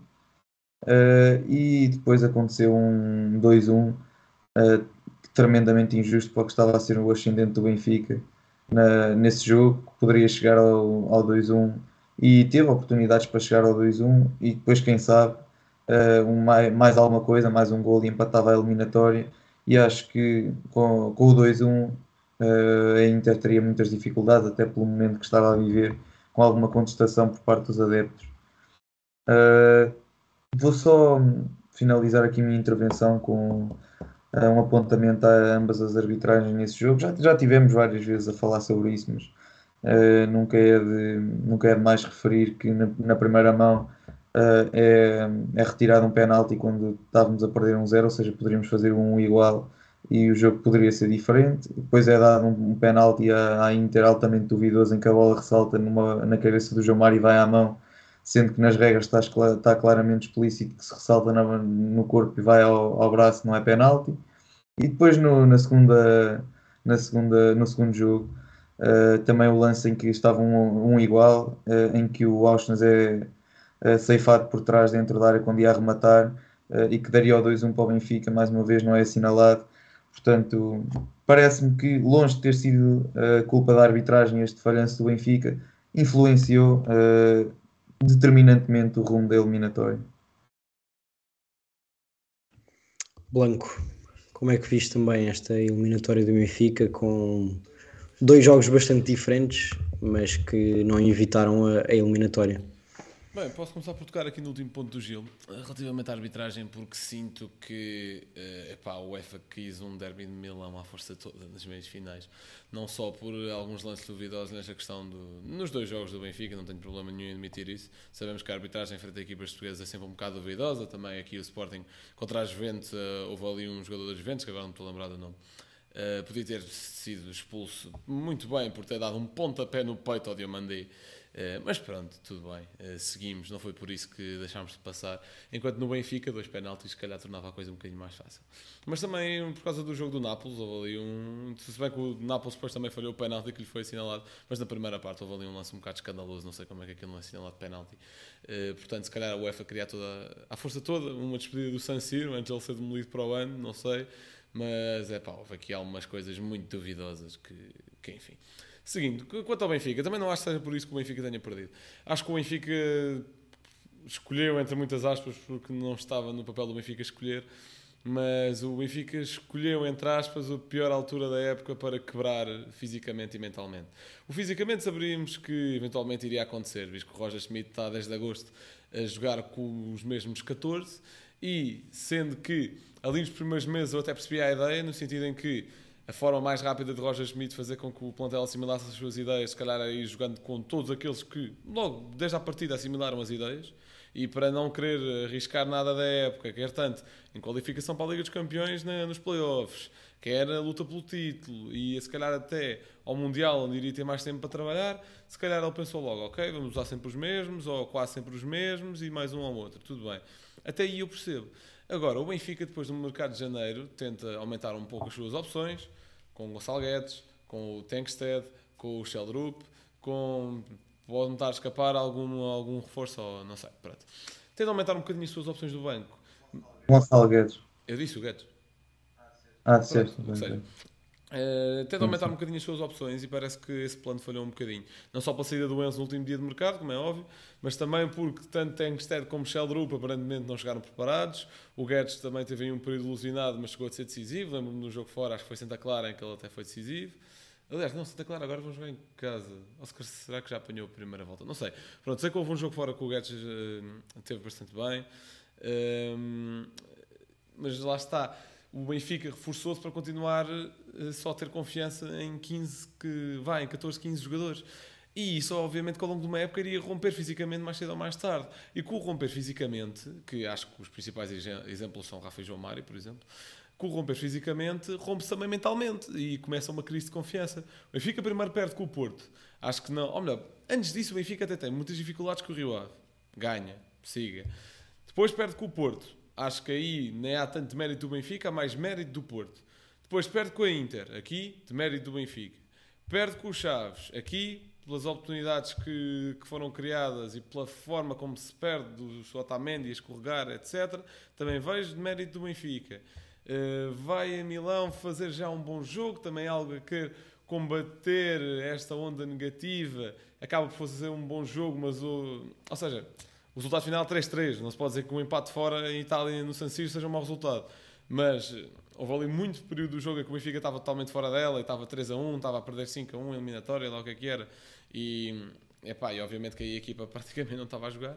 uh, e depois aconteceu um dois um, uh, tremendamente injusto para o que estava a ser o ascendente do Benfica na, nesse jogo, que poderia chegar ao, ao dois um, e teve oportunidades para chegar ao dois um, e depois quem sabe uh, um, mais, mais alguma coisa, mais um gol, e empatava a eliminatória. E acho que com, com o dois um Uh, a Inter teria muitas dificuldades, até pelo momento que estava a viver, com alguma contestação por parte dos adeptos. Uh, vou só finalizar aqui a minha intervenção com uh, um apontamento a ambas as arbitragens nesse jogo. Já, já tivemos várias vezes a falar sobre isso, mas uh, nunca, é de, nunca é de mais referir que na, na primeira mão uh, é, é retirado um penalti quando estávamos a perder um zero, ou seja, poderíamos fazer um igual e o jogo poderia ser diferente. Depois é dado um, um penalti à, à Inter altamente duvidoso, em que a bola ressalta numa, na cabeça do João Mário e vai à mão, sendo que nas regras está, está claramente explícito que se ressalta na, no corpo e vai ao, ao braço, não é penalti. E depois no, na segunda, na segunda, no segundo jogo, uh, também o lance em que estava um, um igual, uh, em que o Austin é uh, ceifado por trás dentro da área quando ia arrematar, uh, e que daria o dois um para o Benfica, mais uma vez não é assinalado. Portanto, parece-me que, longe de ter sido uh, culpa da arbitragem, este falhanço do Benfica influenciou uh, determinantemente o rumo da eliminatória. Blanco, como é que viste também esta eliminatória do Benfica com dois jogos bastante diferentes, mas que não evitaram a, a eliminatória? Bem, posso começar por tocar aqui no último ponto do Gil, relativamente à arbitragem, porque sinto que uh, epá, o UEFA quis um derby de Milão à força toda nas meias finais, não só por alguns lances duvidosos nesta questão do, nos dois jogos do Benfica, não tenho problema nenhum em admitir isso. Sabemos que a arbitragem frente a equipas portuguesas é sempre um bocado duvidosa, também aqui o Sporting contra a Juventus, uh, houve ali um jogador da Juventus, que agora não estou lembrado do nome, uh, podia ter sido expulso muito bem por ter dado um pontapé no peito ao Diomandé. Uh, mas pronto, tudo bem, uh, seguimos, não foi por isso que deixámos de passar, enquanto no Benfica, dois penaltis, se calhar tornava a coisa um bocadinho mais fácil. Mas também por causa do jogo do Nápoles, houve ali um... Se bem que o Nápoles depois também falhou o penalti que lhe foi assinalado, mas na primeira parte houve ali um lance um bocado escandaloso, não sei como é que aquilo não é assinalado de penalti. Uh, portanto, se calhar a UEFA queria toda, a força toda, uma despedida do San Siro, antes de ele ser demolido para o ano, não sei, mas é pá, houve aqui algumas coisas muito duvidosas que, que enfim... Seguindo, quanto ao Benfica, também não acho que seja por isso que o Benfica tenha perdido. Acho que o Benfica escolheu, entre muitas aspas, porque não estava no papel do Benfica escolher, mas o Benfica escolheu, entre aspas, a pior altura da época para quebrar fisicamente e mentalmente. O fisicamente saberíamos que eventualmente iria acontecer, visto que o Roger Schmidt está desde agosto a jogar com os mesmos catorze, e sendo que ali nos primeiros meses eu até percebi a ideia, no sentido em que a forma mais rápida de Roger Schmidt fazer com que o plantel assimilasse as suas ideias, se calhar era ir jogando com todos aqueles que, logo, desde a partida, assimilaram as ideias, e para não querer arriscar nada da época, quer tanto em qualificação para a Liga dos Campeões nos playoffs, quer a luta pelo título, e se calhar até ao Mundial, onde iria ter mais tempo para trabalhar, se calhar ele pensou logo, ok, vamos usar sempre os mesmos, ou quase sempre os mesmos, e mais um ou outro, tudo bem. Até aí eu percebo. Agora, o Benfica, depois do mercado de janeiro, tenta aumentar um pouco as suas opções, com o Gonçalo Guedes, com o Tankstead, com o Sheldrup, com... pode tentar escapar algum, algum reforço, ou não sei, pronto. Tenta aumentar um bocadinho as suas opções do banco. Gonçalo Guedes. Eu disse o Guedes. Ah, disseste. Ou seja, uh, tenta aumentar um bocadinho as suas opções e parece que esse plano falhou um bocadinho. Não só pela saída do Enzo no último dia de mercado, como é óbvio, mas também porque tanto Tankstead como Sheldrup aparentemente não chegaram preparados. O Guedes também teve aí um período ilusionado, mas chegou a ser decisivo. Lembro-me no jogo fora, acho que foi Santa Clara, em que ele até foi decisivo. Aliás, não, Santa Clara, agora vamos jogar em casa. Ou será que já apanhou a primeira volta? Não sei. Pronto, sei que houve um jogo fora que o Guedes uh, teve bastante bem. Uh, mas lá está. O Benfica reforçou-se para continuar uh, só a ter confiança em quinze, que vai, em catorze, quinze jogadores. E isso, obviamente, que ao longo de uma época iria romper fisicamente mais cedo ou mais tarde. E com o romper fisicamente, que acho que os principais exemplos são Rafa e João Mário, por exemplo, com o romper fisicamente, rompe-se também mentalmente e começa uma crise de confiança. O Benfica primeiro perde com o Porto. Acho que não. Ou melhor, antes disso o Benfica até tem muitas dificuldades com o Rio Ave. Ganha, siga. Depois perde com o Porto. Acho que aí nem há tanto mérito do Benfica, há mais mérito do Porto. Depois perde com a Inter. Aqui, de mérito do Benfica. Perde com o Chaves. Aqui, pelas oportunidades que, que foram criadas e pela forma como se perde do Otamendi a escorregar, etcétera. Também vejo de mérito do Benfica. Uh, vai a Milão fazer já um bom jogo, também algo a querer combater esta onda negativa, acaba por fazer um bom jogo, mas o, ou seja, o resultado final três três, não se pode dizer que um empate fora em Itália no San Siro seja um mau resultado, mas houve ali muito período do jogo em que o Benfica estava totalmente fora dela e estava três a um, estava a perder cinco a um eliminatória, lá o que é que era, e, epá, e obviamente que aí a equipa praticamente não estava a jogar,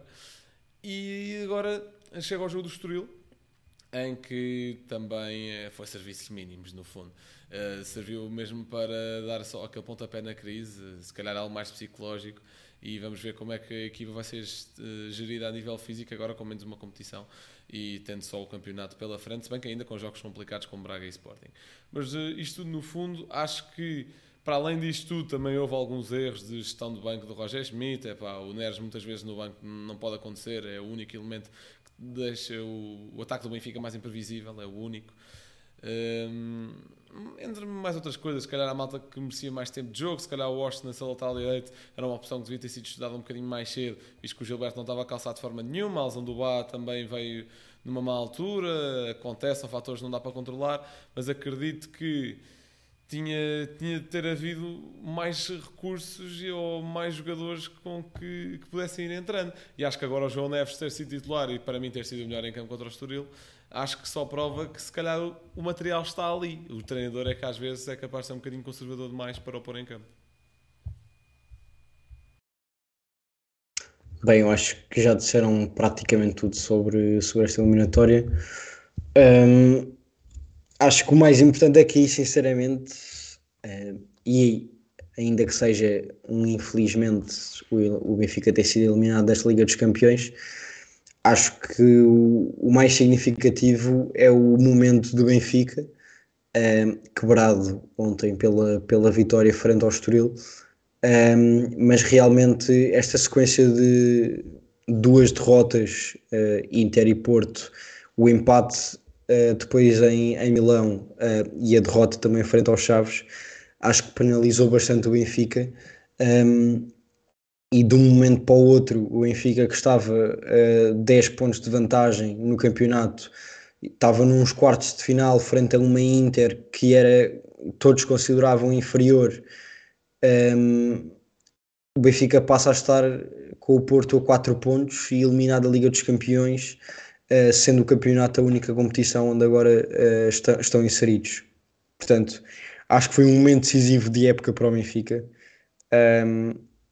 e agora chega ao jogo do Estoril, em que também foi serviços mínimos, no fundo. Uh, serviu mesmo para dar só aquele pontapé na crise, se calhar algo mais psicológico, e vamos ver como é que a equipa vai ser uh, gerida a nível físico, agora com menos uma competição, e tendo só o campeonato pela frente, se bem que ainda com jogos complicados como Braga e Sporting. Mas uh, isto tudo, no fundo, acho que, para além disto tudo, também houve alguns erros de gestão do banco do Roger Schmidt. Epá, o Neres muitas vezes no banco não pode acontecer, é o único elemento deixa o, o ataque do Benfica mais imprevisível, é o único. Um, entre mais outras coisas, se calhar a malta que merecia mais tempo de jogo, se calhar o Washington nessa lateral direito era uma opção que devia ter sido estudada um bocadinho mais cedo, visto que o Gilberto não estava calçado de forma nenhuma. A Alzão do Bá também veio numa má altura, acontece, são fatores que não dá para controlar, mas acredito que tinha, tinha de ter havido mais recursos ou mais jogadores com que, que pudessem ir entrando. E acho que agora o João Neves ter sido titular e para mim ter sido o melhor em campo contra o Estoril, acho que só prova que se calhar o, o material está ali. O treinador é que às vezes é capaz de ser um bocadinho conservador demais para o pôr em campo. Bem, eu acho que já disseram praticamente tudo sobre, sobre esta eliminatória. Hum, acho que o mais importante aqui, sinceramente, uh, e ainda que seja um infelizmente o, o Benfica ter sido eliminado desta Liga dos Campeões, acho que o, o mais significativo é o momento do Benfica, uh, quebrado ontem pela, pela vitória frente ao Estoril. Um, mas realmente esta sequência de duas derrotas, uh, Inter e Porto, o empate uh, depois em, em Milão uh, e a derrota também frente aos Chaves, acho que penalizou bastante o Benfica, um, e de um momento para o outro o Benfica, que estava a uh, dez pontos de vantagem no campeonato, estava nos quartos de final frente a uma Inter que era, todos consideravam inferior. Um, o Benfica passa a estar com o Porto a quatro pontos e eliminado da Liga dos Campeões, uh, sendo o campeonato a única competição onde agora uh, está, estão inseridos. Portanto, acho que foi um momento decisivo de época para o Benfica, um,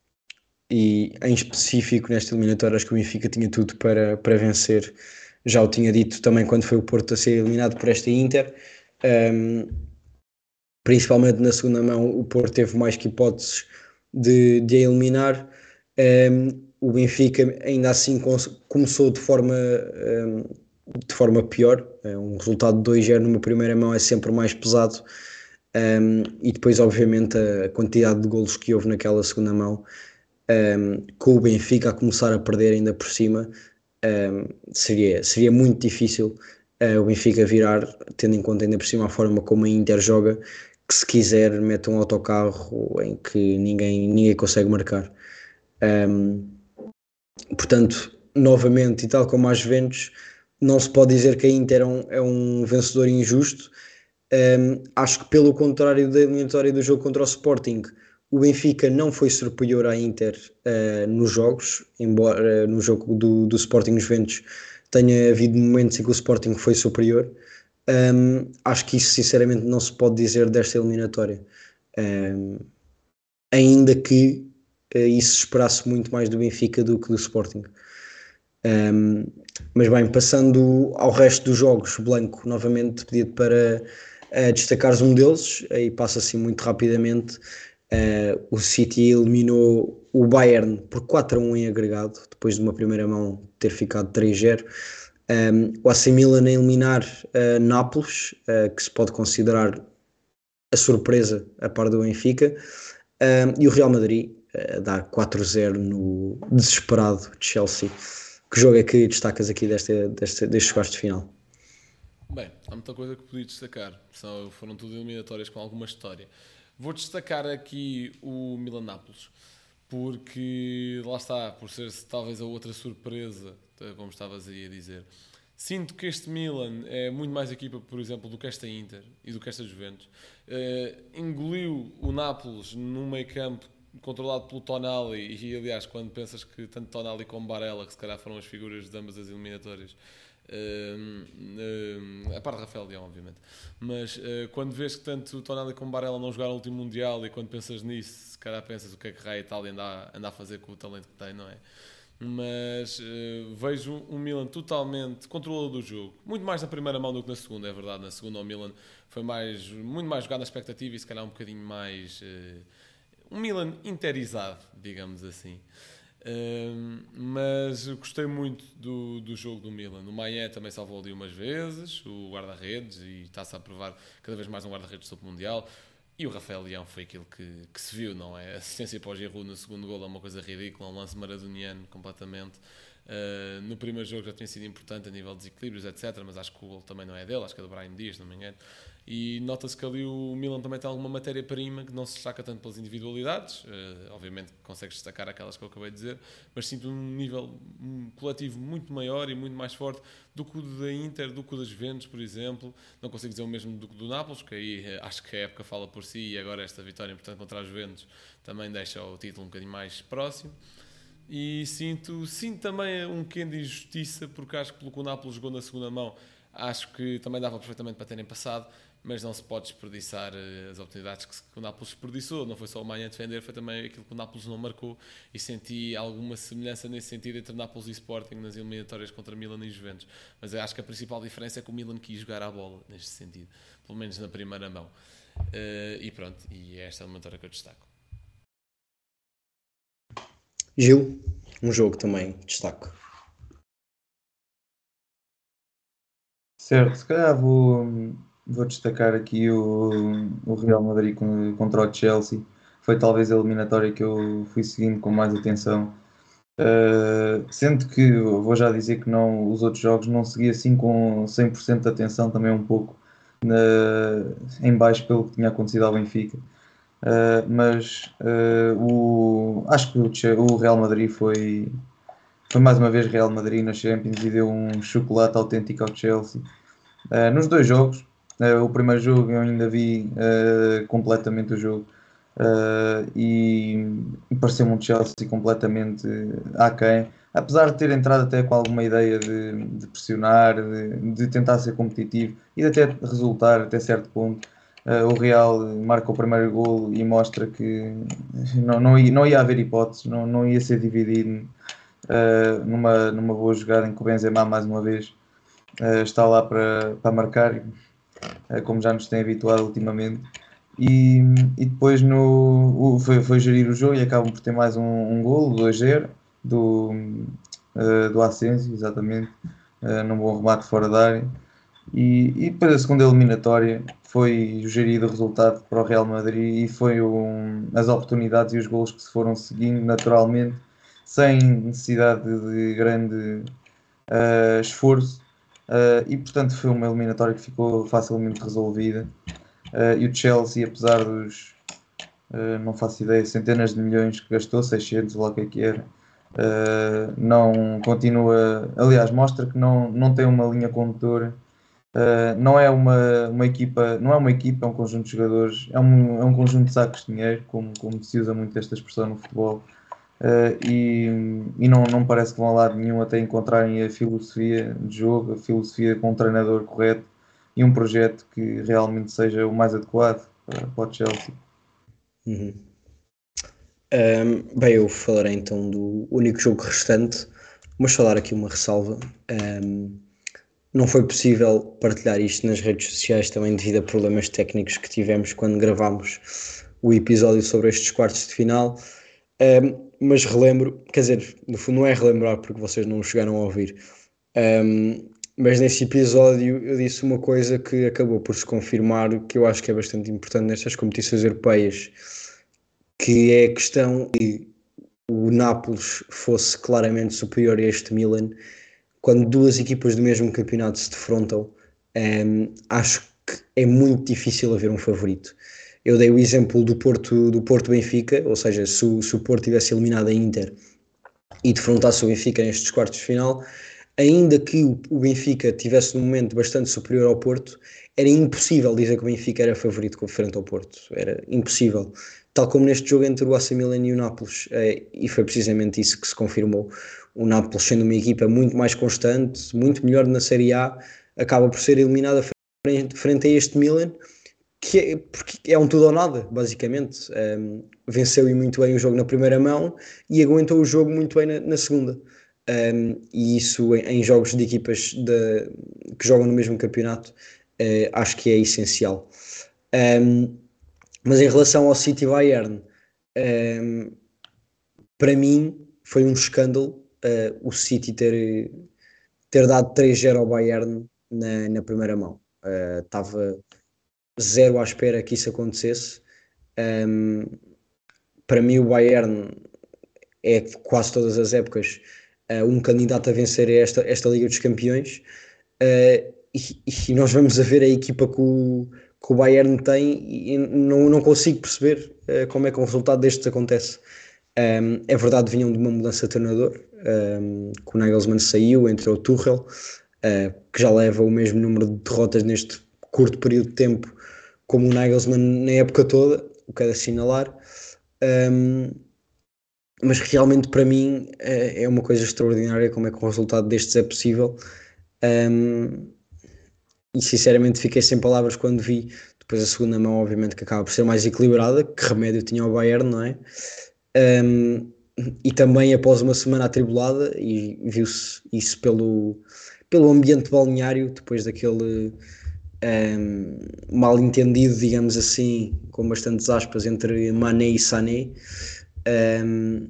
e em específico nesta eliminatória acho que o Benfica tinha tudo para, para vencer. Já o tinha dito também quando foi o Porto a ser eliminado por esta Inter. Um, principalmente na segunda mão o Porto teve mais que hipóteses de, de a eliminar. Um, o Benfica ainda assim começou de forma, um, de forma pior. Um resultado de dois a zero numa primeira mão é sempre mais pesado, um, e depois obviamente a quantidade de golos que houve naquela segunda mão, um, com o Benfica a começar a perder ainda por cima, um, seria, seria muito difícil uh, o Benfica virar, tendo em conta ainda por cima a forma como a Inter joga, que se quiser mete um autocarro em que ninguém, ninguém consegue marcar. Um, portanto, novamente, e tal como às Juventus, não se pode dizer que a Inter é um, é um vencedor injusto. Um, acho que pelo contrário da eliminatória do jogo contra o Sporting, o Benfica não foi superior à Inter uh, nos jogos, embora uh, no jogo do, do Sporting Juventus tenha havido momentos em que o Sporting foi superior. Um, acho que isso sinceramente não se pode dizer desta eliminatória, um, ainda que uh, isso se esperasse muito mais do Benfica do que do Sporting. Um, mas bem, passando ao resto dos jogos, Blanco, novamente pedido para uh, destacares um deles, aí passa assim muito rapidamente. Uh, o City eliminou o Bayern por quatro a um em agregado, depois de uma primeira mão ter ficado três a zero. Um, o A C Milan a eliminar uh, Nápoles, uh, que se pode considerar a surpresa a par do Benfica, um, e o Real Madrid uh, dá quatro a zero no desesperado Chelsea. Que jogo é que destacas aqui deste, deste, destes quartos de final? Bem, há muita coisa que podia destacar, são, foram tudo eliminatórias com alguma história. Vou destacar aqui o Milan-Nápoles, porque lá está, por ser talvez a outra surpresa, como estavas aí a dizer. Sinto que este Milan é muito mais equipa, por exemplo, do que esta Inter e do que esta Juventus. Uh, engoliu o Nápoles num meio campo controlado pelo Tonali, e aliás, quando pensas que tanto Tonali como Barella, que se calhar foram as figuras de ambas as eliminatórias, uh, uh, a par de Rafael Leão, obviamente, mas uh, quando vês que tanto Tonali como Barella não jogaram o último Mundial, e quando pensas nisso, se calhar pensas o que é que a Itália anda, anda a fazer com o talento que tem, não é? Mas uh, vejo um Milan totalmente controlador do jogo, muito mais na primeira mão do que na segunda, é verdade. Na segunda o Milan foi mais, muito mais jogado na expectativa e se calhar um bocadinho mais uh, um Milan interizado, digamos assim. Uh, mas gostei muito do, do jogo do Milan. O Maia também salvou ali umas vezes, o guarda-redes, e está-se a provar cada vez mais um guarda-redes do Mundial. E o Rafael Leão foi aquilo que, que se viu, não é? A assistência para o Giroud no segundo golo é uma coisa ridícula, um lance maradoniano completamente. Uh, no primeiro jogo já tinha sido importante a nível de desequilíbrios, etcétera. Mas acho que o gol também não é dele, acho que é do Brahim Dias, não me engano. E nota-se que ali o Milan também tem alguma matéria-prima que não se destaca tanto pelas individualidades, uh, obviamente consegues destacar aquelas que eu acabei de dizer, mas sinto um nível um coletivo muito maior e muito mais forte do que o da Inter, do que o das Juventus, por exemplo. Não consigo dizer o mesmo do que do Nápoles, que aí uh, acho que a época fala por si, e agora esta vitória importante contra as Juventus também deixa o título um bocadinho mais próximo. E sinto, sinto também um quê de injustiça, porque acho que pelo que o Nápoles jogou na segunda mão, acho que também dava perfeitamente para terem passado, mas não se pode desperdiçar as oportunidades que o Nápoles desperdiçou. Não foi só o Manha a defender, foi também aquilo que o Nápoles não marcou, e senti alguma semelhança nesse sentido entre Nápoles e Sporting nas eliminatórias contra Milan e Juventus. Mas eu acho que a principal diferença é que o Milan quis jogar à bola neste sentido, pelo menos na primeira mão. Uh, e pronto, e é esta eliminatória que eu destaco. Gil, um jogo também destaco. Certo, se calhar vou, vou destacar aqui o, o Real Madrid contra o Chelsea. Foi talvez a eliminatória que eu fui seguindo com mais atenção. Uh, sendo que vou já dizer que não, os outros jogos não segui assim com cem por cento de atenção, também um pouco na, em baixo pelo que tinha acontecido ao Benfica. Uh, mas uh, o, acho que o, o Real Madrid foi, foi mais uma vez Real Madrid na Champions e deu um chocolate autêntico ao Chelsea. Uh, nos dois jogos, uh, o primeiro jogo eu ainda vi uh, completamente o jogo uh, e, e pareceu-me um Chelsea completamente aquém, apesar de ter entrado até com alguma ideia de, de pressionar, de, de tentar ser competitivo e de até resultar até certo ponto. Uh, o Real marca o primeiro golo e mostra que não, não, ia, não ia haver hipóteses, não, não ia ser dividido uh, numa, numa boa jogada em que o Benzema mais uma vez Uh, está lá para, para marcar, uh, como já nos tem habituado ultimamente, e, e depois no, o, foi, foi gerir o jogo e acabam por ter mais um, um golo, dois a zero, do, uh, do Asensio, exatamente, uh, num bom remate fora da área, e, e depois a segunda eliminatória foi gerido o resultado para o Real Madrid e foi um, as oportunidades e os golos que se foram seguindo naturalmente, sem necessidade de, de grande uh, esforço. Uh, e portanto foi uma eliminatória que ficou facilmente resolvida, uh, e o Chelsea, apesar dos uh, não faço ideia, centenas de milhões que gastou, seiscentos ou lá o que é que era, uh, não continua, aliás mostra que não, não tem uma linha condutora, uh, não é uma, uma equipa, não é uma equipa, é um conjunto de jogadores, é um, é um conjunto de sacos de dinheiro, como, como se usa muito esta expressão no futebol. Uh, e, e não, não parece que vão a lado nenhum até encontrarem a filosofia de jogo, a filosofia com um treinador correto e um projeto que realmente seja o mais adequado para, para o Chelsea. Uhum. Um, bem, eu falarei então do único jogo restante, mas falar aqui uma ressalva. Um, não foi possível partilhar isto nas redes sociais também devido a problemas técnicos que tivemos quando gravámos o episódio sobre estes quartos de final. Um, mas relembro, quer dizer, no fundo não é relembrar porque vocês não chegaram a ouvir, um, mas nesse episódio eu disse uma coisa que acabou por se confirmar, que eu acho que é bastante importante nestas competições europeias, que é a questão de o Nápoles fosse claramente superior a este Milan. Quando duas equipas do mesmo campeonato se defrontam, um, acho que é muito difícil haver um favorito. Eu dei o exemplo do Porto, do Porto Benfica, ou seja, se o, se o Porto tivesse eliminado a Inter e defrontasse o Benfica nestes quartos de final, ainda que o, o Benfica tivesse num momento bastante superior ao Porto, era impossível dizer que o Benfica era favorito frente ao Porto. Era impossível. Tal como neste jogo entre o A C Milan e o Nápoles. É, e foi precisamente isso que se confirmou. O Nápoles, sendo uma equipa muito mais constante, muito melhor na Série A, acaba por ser eliminada frente, frente a este Milan, que é, porque é um tudo ou nada, basicamente. Um, venceu e muito bem o jogo na primeira mão e aguentou o jogo muito bem na, na segunda. Um, e isso em, em jogos de equipas de, que jogam no mesmo campeonato, uh, acho que é essencial. Um, mas em relação ao City Bayern, um, para mim foi um escândalo uh, o City ter, ter dado três a zero ao Bayern na, na primeira mão. Estava uh, zero à espera que isso acontecesse. Um, para mim o Bayern é quase todas as épocas uh, um candidato a vencer esta, esta Liga dos Campeões, uh, e, e nós vamos a ver a equipa que o, que o Bayern tem e não, não consigo perceber uh, como é que um resultado destes acontece. Um, é verdade, vinham de uma mudança de treinador, um, que o Nagelsmann saiu, entrou o Tuchel, uh, que já leva o mesmo número de derrotas neste curto período de tempo como o Nagelsmann na época toda, o que é de assinalar. Um, mas realmente para mim uh, é uma coisa extraordinária como é que um resultado destes é possível. Um, e sinceramente fiquei sem palavras quando vi depois a segunda mão, obviamente que acaba por ser mais equilibrada, que remédio tinha o Bayern, não é? Um, e também após uma semana atribulada, e viu-se isso pelo, pelo ambiente balneário, depois daquele um, mal entendido, digamos assim, com bastantes aspas, entre Mané e Sané, um,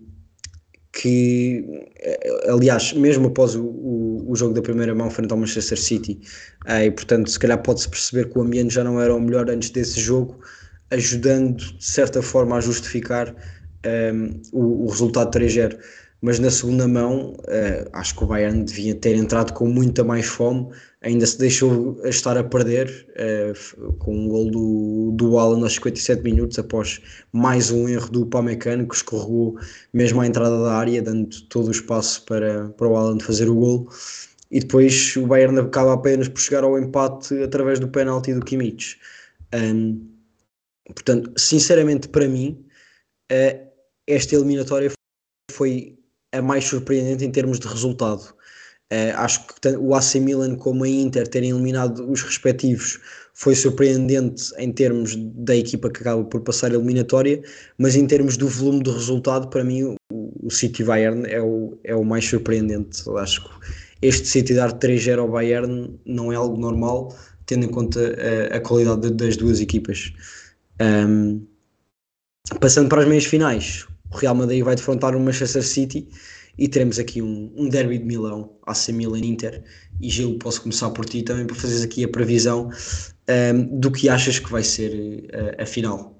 que aliás, mesmo após o, o, o jogo da primeira mão frente ao Manchester City, uh, e portanto se calhar pode-se perceber que o ambiente já não era o melhor antes desse jogo, ajudando de certa forma a justificar Um, o, o resultado três zero, mas na segunda mão uh, acho que o Bayern devia ter entrado com muita mais fome, ainda se deixou estar a perder uh, com um gol do, do Haaland aos cinquenta e sete minutos, após mais um erro do Upamecano, que escorregou mesmo à entrada da área, dando todo o espaço para, para o Haaland fazer o gol, e depois o Bayern acaba apenas por chegar ao empate através do penalti do Kimmich. Um, portanto, sinceramente para mim, uh, esta eliminatória foi a mais surpreendente em termos de resultado. Uh, acho que tanto o A C Milan como a Inter terem eliminado os respectivos foi surpreendente em termos da equipa que acaba por passar a eliminatória, mas em termos do volume de resultado, para mim o, o City Bayern é o, é o mais surpreendente. Eu acho que este City dar três zero ao Bayern não é algo normal, tendo em conta a, a qualidade de, das duas equipas. Um, passando para as meias finais, o Real Madrid vai defrontar o Manchester City e teremos aqui um, um derby de Milão, A C Milan-Inter. E Gil, posso começar por ti também para fazeres aqui a previsão um, do que achas que vai ser a, a final.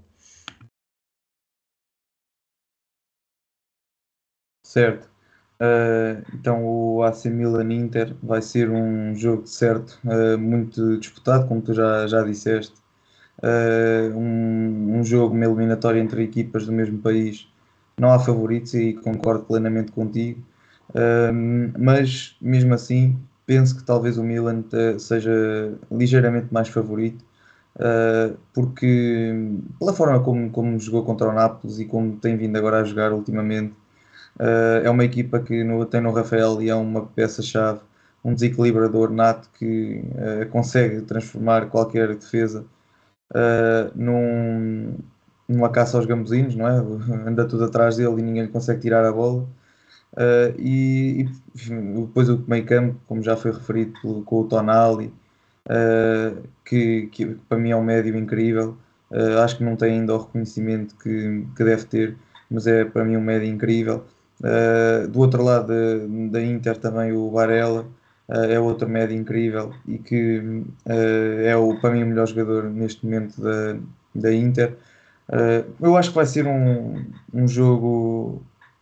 Certo. Uh, então o A C Milan-Inter vai ser um jogo de certo, uh, muito disputado, como tu já, já disseste. Uh, um, um jogo, uma eliminatória entre equipas do mesmo país, não há favoritos e concordo plenamente contigo, uh, mas mesmo assim penso que talvez o Milan uh, seja ligeiramente mais favorito, uh, porque pela forma como, como jogou contra o Nápoles e como tem vindo agora a jogar ultimamente, uh, é uma equipa que no, tem no Rafael Leão uma peça-chave, um desequilibrador nato que uh, consegue transformar qualquer defesa Uh, num, numa caça aos gambuzinos, não é? Anda tudo atrás dele e ninguém lhe consegue tirar a bola. Uh, e, e depois o meio campo, como já foi referido pelo, com o Tonali, uh, que, que para mim é um médio incrível. Uh, acho que não tem ainda o reconhecimento que, que deve ter, mas é para mim um médio incrível. Uh, do outro lado da, da Inter também o Varela. Uh, é outro médio incrível e que uh, é o, para mim o melhor jogador neste momento da, da Inter. Uh, eu acho que vai ser um, um jogo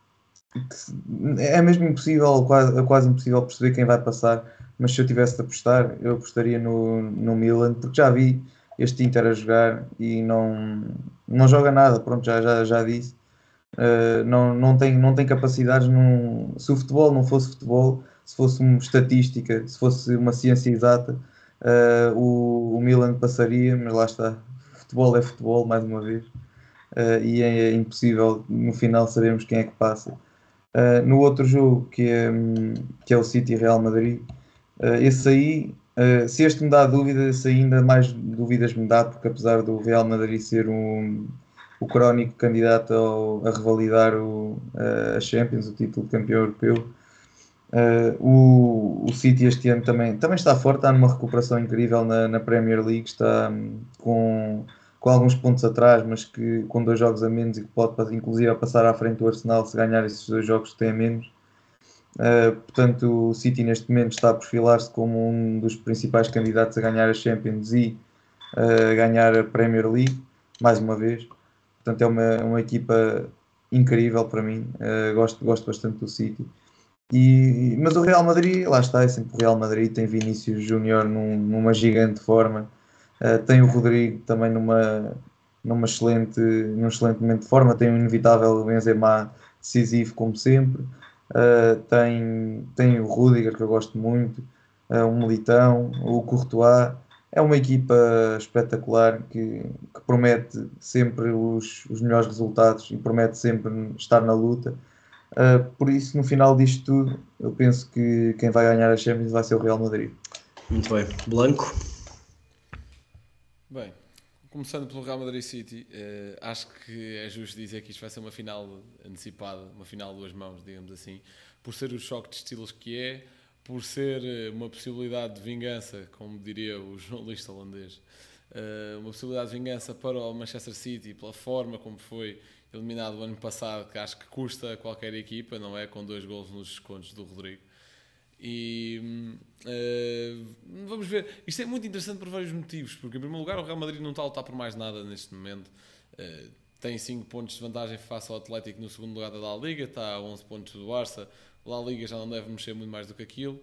que é mesmo impossível, quase, quase impossível perceber quem vai passar, mas se eu tivesse de apostar, eu apostaria no, no Milan, porque já vi este Inter a jogar e não, não joga nada, pronto, já, já, já disse. Uh, não, não, tem, não tem capacidades. Num, se o futebol não fosse futebol, se fosse uma estatística, se fosse uma ciência exata, uh, o, o Milan passaria, mas lá está, futebol é futebol, mais uma vez, uh, e é, é impossível no final sabermos quem é que passa. Uh, no outro jogo, que é, que é o City Real Madrid, uh, esse aí, uh, se este me dá dúvidas, ainda mais dúvidas me dá, porque apesar do Real Madrid ser um o crónico candidato ao, a revalidar o, a Champions, o título de campeão europeu. Uh, o, o City este ano também, também está forte, está numa recuperação incrível na, na Premier League, está um, com, com alguns pontos atrás, mas que com dois jogos a menos e que pode inclusive passar à frente do Arsenal se ganhar esses dois jogos que tem a menos. Uh, portanto, o City neste momento está a perfilar-se como um dos principais candidatos a ganhar a Champions e uh, ganhar a Premier League, mais uma vez. Portanto, é uma, uma equipa incrível para mim. Uh, gosto, gosto bastante do City. E, mas o Real Madrid, lá está, é sempre o Real Madrid, tem Vinícius Júnior num, numa gigante forma, uh, tem o Rodrigo também numa, numa excelente, num excelente momento de forma, tem o inevitável Benzema decisivo como sempre, uh, tem, tem o Rudiger que eu gosto muito, uh, o Militão, o Courtois. É uma equipa espetacular que, que promete sempre os, os melhores resultados e promete sempre estar na luta. Uh, por isso, no final disto tudo, eu penso que quem vai ganhar a Champions vai ser o Real Madrid. Muito bem. Blanco? Bem, começando pelo Real Madrid City, uh, acho que é justo dizer que isto vai ser uma final antecipada, uma final de duas mãos, digamos assim, por ser o choque de estilos que é, por ser uma possibilidade de vingança, como diria o jornalista holandês, uh, uma possibilidade de vingança para o Manchester City, pela forma como foi eliminado o ano passado, que acho que custa a qualquer equipa, não é? Com dois golos nos descontos do Rodrigo. E uh, vamos ver. Isto é muito interessante por vários motivos, porque em primeiro lugar o Real Madrid não está a lutar por mais nada neste momento. Uh, tem cinco pontos de vantagem face ao Atlético no segundo lugar da La Liga, está a onze pontos do Barça. A La Liga já não deve mexer muito mais do que aquilo.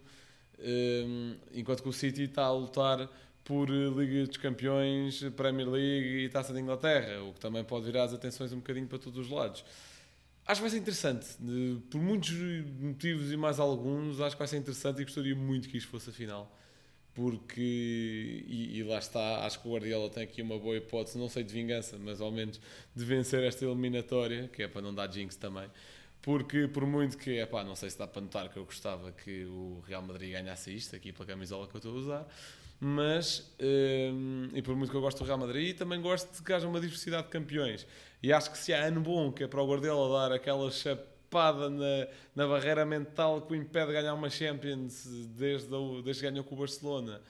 Uh, enquanto que o City está a lutar por Liga dos Campeões, Premier League e Taça de Inglaterra, o que também pode virar as atenções um bocadinho para todos os lados. Acho que vai ser interessante, por muitos motivos e mais alguns, acho que vai ser interessante e gostaria muito que isto fosse a final, porque, e, e lá está, acho que o Guardiola tem aqui uma boa hipótese, não sei de vingança, mas ao menos de vencer esta eliminatória, que é para não dar jinx também, porque por muito que, epá, não sei se dá para notar que eu gostava que o Real Madrid ganhasse isto, aqui pela camisola que eu estou a usar, mas, um, e por muito que eu gosto do Real Madrid, também gosto de que haja uma diversidade de campeões. E acho que se há ano bom, que é para o Guardiola dar aquela chapada na, na barreira mental que o impede de ganhar uma Champions desde, o, desde que ganhou com o Barcelona,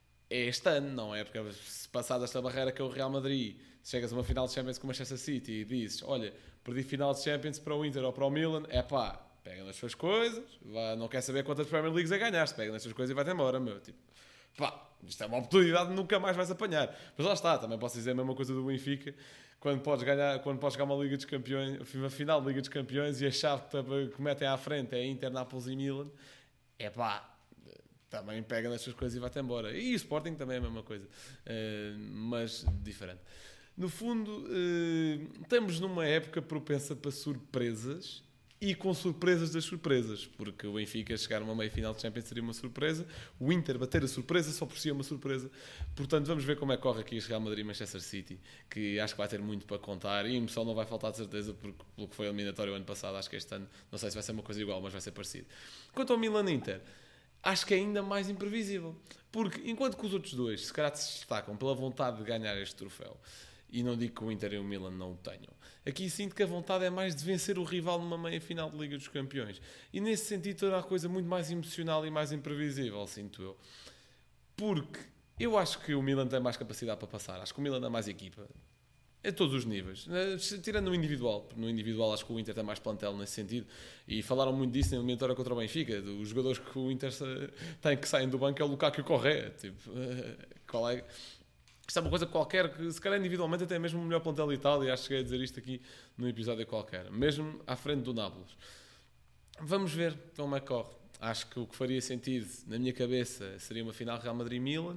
é este ano, não é? Porque se passada esta barreira que é o Real Madrid, se chegas a uma final de Champions com o Manchester City e dizes, olha, perdi final de Champions para o Inter ou para o Milan, é pá, pega nas suas coisas, vai, não quer saber quantas Premier Leagues a ganhar, pega nas suas coisas e vai-te embora, meu, tipo... Pá, isto é uma oportunidade que nunca mais vais apanhar. Mas lá está, também posso dizer a mesma coisa do Benfica, quando podes ganhar, quando podes jogar uma Liga dos Campeões, uma final de Liga dos Campeões e a chave que metem à frente é Inter, Nápoles e Milan, é pá, também pega nas suas coisas e vai-te embora. E o Sporting também é a mesma coisa, uh, mas diferente. No fundo, uh, estamos numa época propensa para surpresas, e com surpresas das surpresas, porque o Benfica chegar a uma meia-final de Champions seria uma surpresa, o Inter bater a surpresa só por si é uma surpresa. Portanto, vamos ver como é que corre aqui este Real Madrid e Manchester City, que acho que vai ter muito para contar, e a emoção não vai faltar de certeza, porque pelo que foi eliminatório o ano passado, acho que este ano, não sei se vai ser uma coisa igual, mas vai ser parecido. Quanto ao Milan-Inter, acho que é ainda mais imprevisível, porque enquanto que os outros dois se calhar se destacam pela vontade de ganhar este troféu, e não digo que o Inter e o Milan não o tenham, aqui sinto que a vontade é mais de vencer o rival numa meia-final de Liga dos Campeões. E nesse sentido torna a coisa muito mais emocional e mais imprevisível, sinto eu. Porque eu acho que o Milan tem mais capacidade para passar. Acho que o Milan é mais equipa. A todos os níveis. Tirando no individual. No individual acho que o Inter tem mais plantel nesse sentido. E falaram muito disso na eliminatória contra o Benfica. Os jogadores que o Inter tem que saem do banco é o Lukaku e o Correa. Tipo, qual é... Isto é uma coisa qualquer que, se calhar individualmente, até mesmo o melhor plantel de Itália. Acho que cheguei a dizer isto aqui num episódio qualquer. Mesmo à frente do Nápoles. Vamos ver como é que corre. Acho que o que faria sentido, na minha cabeça, seria uma final Real Madrid-Milan.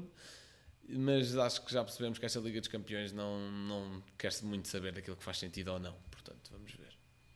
Mas acho que já percebemos que esta Liga dos Campeões não, não quer-se muito saber daquilo que faz sentido ou não. Portanto, vamos ver.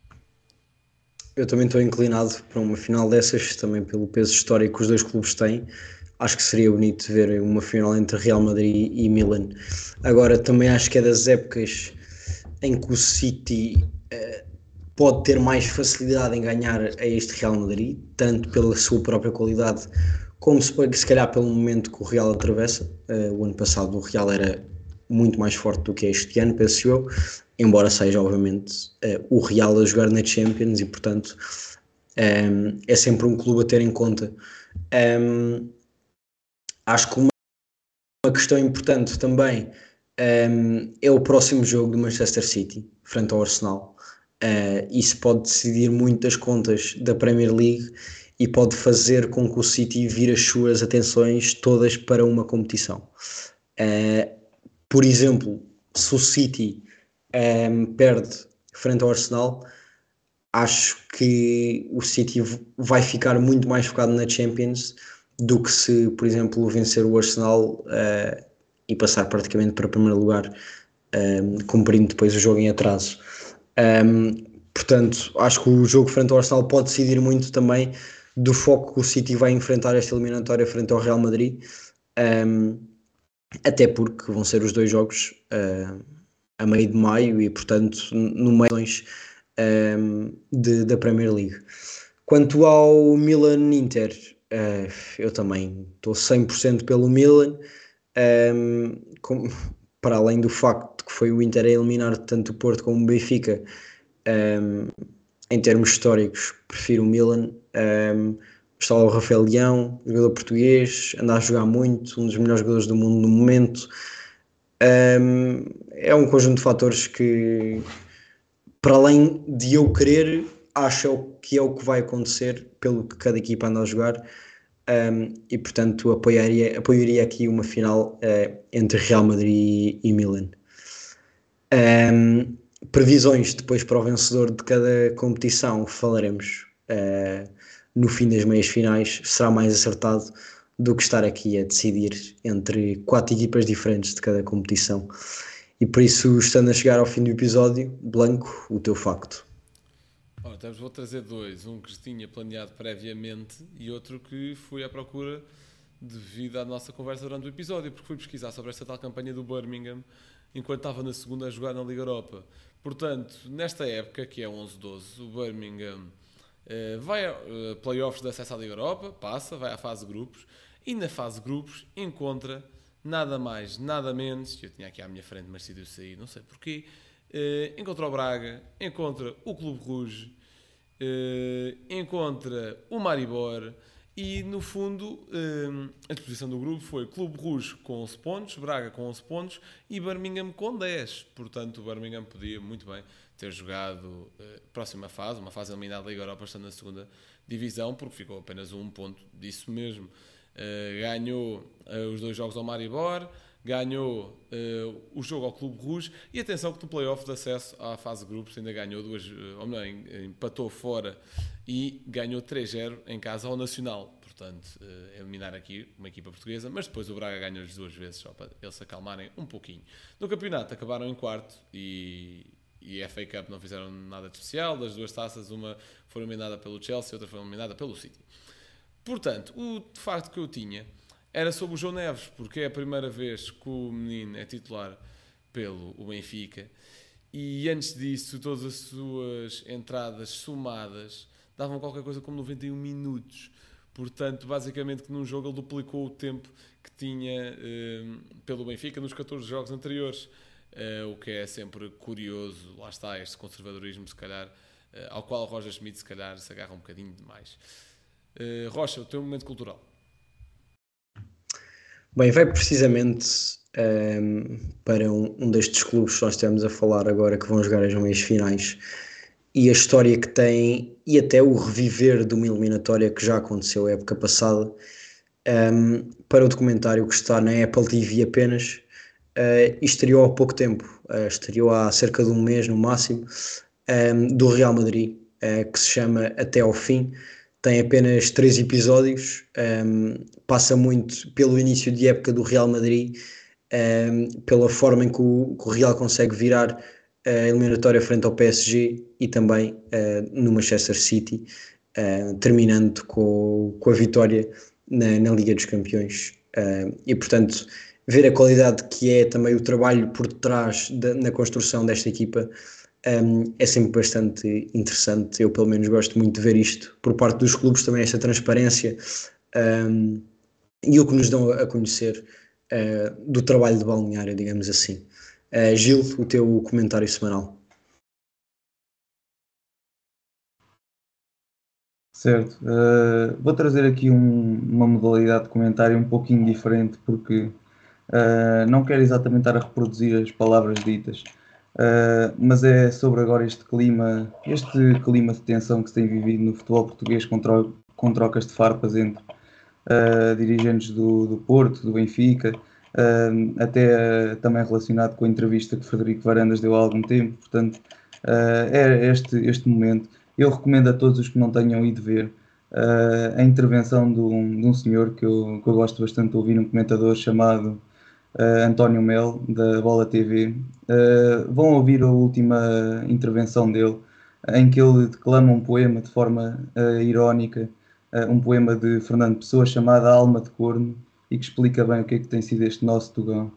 Eu também estou inclinado para uma final dessas, também pelo peso histórico que os dois clubes têm. Acho que seria bonito ver uma final entre Real Madrid e Milan. Agora, também acho que é das épocas em que o City uh, pode ter mais facilidade em ganhar a este Real Madrid, tanto pela sua própria qualidade, como se, se calhar pelo momento que o Real atravessa. Uh, o ano passado o Real era muito mais forte do que este ano, penso eu, embora seja, obviamente, uh, o Real a jogar na Champions e, portanto, um, é sempre um clube a ter em conta. Um, acho que uma, uma questão importante também um, é o próximo jogo do Manchester City, frente ao Arsenal. Uh, isso pode decidir muito das contas da Premier League e pode fazer com que o City vire as suas atenções todas para uma competição. Uh, por exemplo, se o City um, perde frente ao Arsenal, acho que o City vai ficar muito mais focado na Champions do que se, por exemplo, vencer o Arsenal uh, e passar praticamente para o primeiro lugar, um, cumprindo depois o jogo em atraso. Um, portanto, acho que o jogo frente ao Arsenal pode decidir muito também do foco que o City vai enfrentar esta eliminatória frente ao Real Madrid, um, até porque vão ser os dois jogos uh, a meio de maio e, portanto, no meio um, de, da Premier League. Quanto ao Milan-Inter, uh, eu também estou cem por cento pelo Milan, um, com, para além do facto de que foi o Inter a eliminar tanto o Porto como o Benfica. Um, em termos históricos, prefiro o Milan. Um, está lá o Rafael Leão, jogador português, anda a jogar muito, um dos melhores jogadores do mundo no momento. Um, é um conjunto de fatores que, para além de eu querer, acho que é o que vai acontecer pelo que cada equipa anda a jogar. Um, e portanto apoiaria, apoiaria aqui uma final uh, entre Real Madrid e, e Milan. Um, previsões depois para o vencedor de cada competição falaremos uh, no fim das meias finais. Será mais acertado do que estar aqui a decidir entre quatro equipas diferentes de cada competição. E por isso, estando a chegar ao fim do episódio, Blanco, o teu facto. Ora, então vou trazer dois, um que tinha planeado previamente e outro que fui à procura devido à nossa conversa durante o episódio, porque fui pesquisar sobre esta tal campanha do Birmingham enquanto estava na segunda a jogar na Liga Europa. Portanto, nesta época, que é onze doze, o Birmingham eh, vai a uh, playoffs de acesso à Liga Europa, passa, vai à fase de grupos, e na fase de grupos encontra nada mais, nada menos, eu tinha aqui à minha frente, mas decidiu sair, não sei porquê, eh, encontra o Braga, encontra o Clube Rouge, eh, encontra o Maribor. E, no fundo, a disposição do grupo foi Clube Rouge com onze pontos, Braga com onze pontos e Birmingham com dez. Portanto, o Birmingham podia muito bem ter jogado a próxima fase, uma fase eliminada da Liga Europa, estando na segunda divisão, porque ficou apenas um ponto disso mesmo. Ganhou os dois jogos ao Maribor, ganhou uh, o jogo ao Clube Rouge e atenção que no play-off de acesso à fase de grupos ainda ganhou duas, ou melhor, empatou fora e ganhou três zero em casa ao Nacional. Portanto, uh, eliminar aqui uma equipa portuguesa, mas depois o Braga ganhou-lhes duas vezes só para eles se acalmarem um pouquinho. No campeonato acabaram em quarto e, e a F A Cup não fizeram nada de especial. Das duas taças, uma foi eliminada pelo Chelsea, outra foi eliminada pelo City. Portanto, o de facto que eu tinha era sobre o João Neves, porque é a primeira vez que o menino é titular pelo o Benfica e antes disso todas as suas entradas somadas davam qualquer coisa como noventa e um minutos. Portanto, basicamente que num jogo ele duplicou o tempo que tinha eh, pelo Benfica nos catorze jogos anteriores, eh, o que é sempre curioso. Lá está este conservadorismo, se calhar, eh, ao qual o Roger Schmidt se calhar se agarra um bocadinho demais. Eh, Rocha, o teu momento cultural. Bem, vai precisamente um, para um, um destes clubes que nós estamos a falar agora, que vão jogar as meias finais, e a história que tem, e até o reviver de uma eliminatória que já aconteceu a época passada, um, para o documentário que está na Apple T V apenas, uh, e estreou há pouco tempo, uh, estreou há cerca de um mês no máximo, um, do Real Madrid, uh, que se chama Até ao Fim. Tem apenas três episódios, um, passa muito pelo início de época do Real Madrid, um, pela forma em que o, que o Real consegue virar a eliminatória frente ao P S G e também uh, no Manchester City, uh, terminando com, com a vitória na, na Liga dos Campeões. Uh, e, portanto, ver a qualidade que é também o trabalho por detrás da, na construção desta equipa, Um, é sempre bastante interessante. Eu pelo menos gosto muito de ver isto por parte dos clubes, também esta transparência um, e o que nos dão a conhecer uh, do trabalho de balneário, digamos assim. uh, Gil, o teu comentário semanal. Certo, uh, vou trazer aqui um, uma modalidade de comentário um pouquinho diferente, porque uh, não quero exatamente estar a reproduzir as palavras ditas. Uh, mas é sobre agora este clima, este clima de tensão que se tem vivido no futebol português com, tro- com trocas de farpas entre uh, dirigentes do, do Porto, do Benfica, uh, até uh, também relacionado com a entrevista que Frederico Varandas deu há algum tempo. Portanto, uh, é este, este momento Eu recomendo a todos os que não tenham ido ver uh, a intervenção de um, de um senhor que eu, que eu gosto bastante de ouvir, um comentador chamado uh, António Mel, da Bola T V. Uh, vão ouvir a última intervenção dele, em que ele declama um poema de forma uh, irónica, uh, um poema de Fernando Pessoa chamado Alma de Corno, e que explica bem o que é que tem sido este nosso Tugão.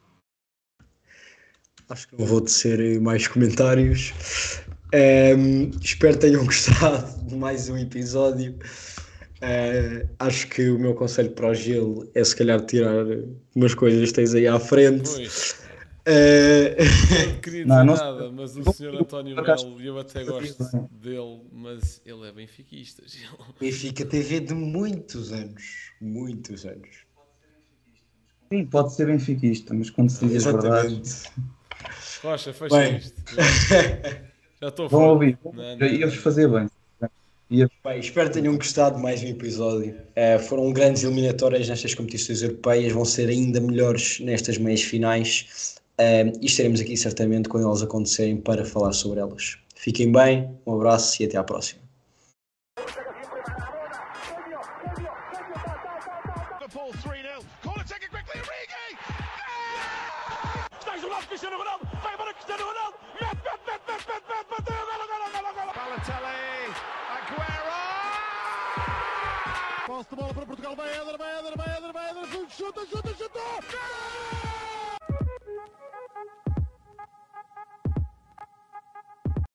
Acho que não vou tecer mais comentários. Um, espero que tenham gostado de mais um episódio. Uh, acho que o meu conselho para o gelo é se calhar tirar umas coisas que tens aí à frente. Pois. Uh... Não queria dizer Não, não- nada, mas o senhor António Melo, eu até gosto dele, mas ele é benfiquista. Gil. Benfica T V de muitos anos. Muitos anos. Sim, pode ser benfiquista, mas quando se diz as verdades... Rocha, fecha Bem. isto. Já estou Vão fora. ouvir, Não, não, ia-vos não. fazer bem. Ia- Bem, espero que tenham gostado de mais um episódio. Uh, foram grandes eliminatórias nestas competições europeias, vão ser ainda melhores nestas meias finais. Uh, e estaremos aqui certamente quando elas acontecerem para falar sobre elas. Fiquem bem, um abraço e até à próxima.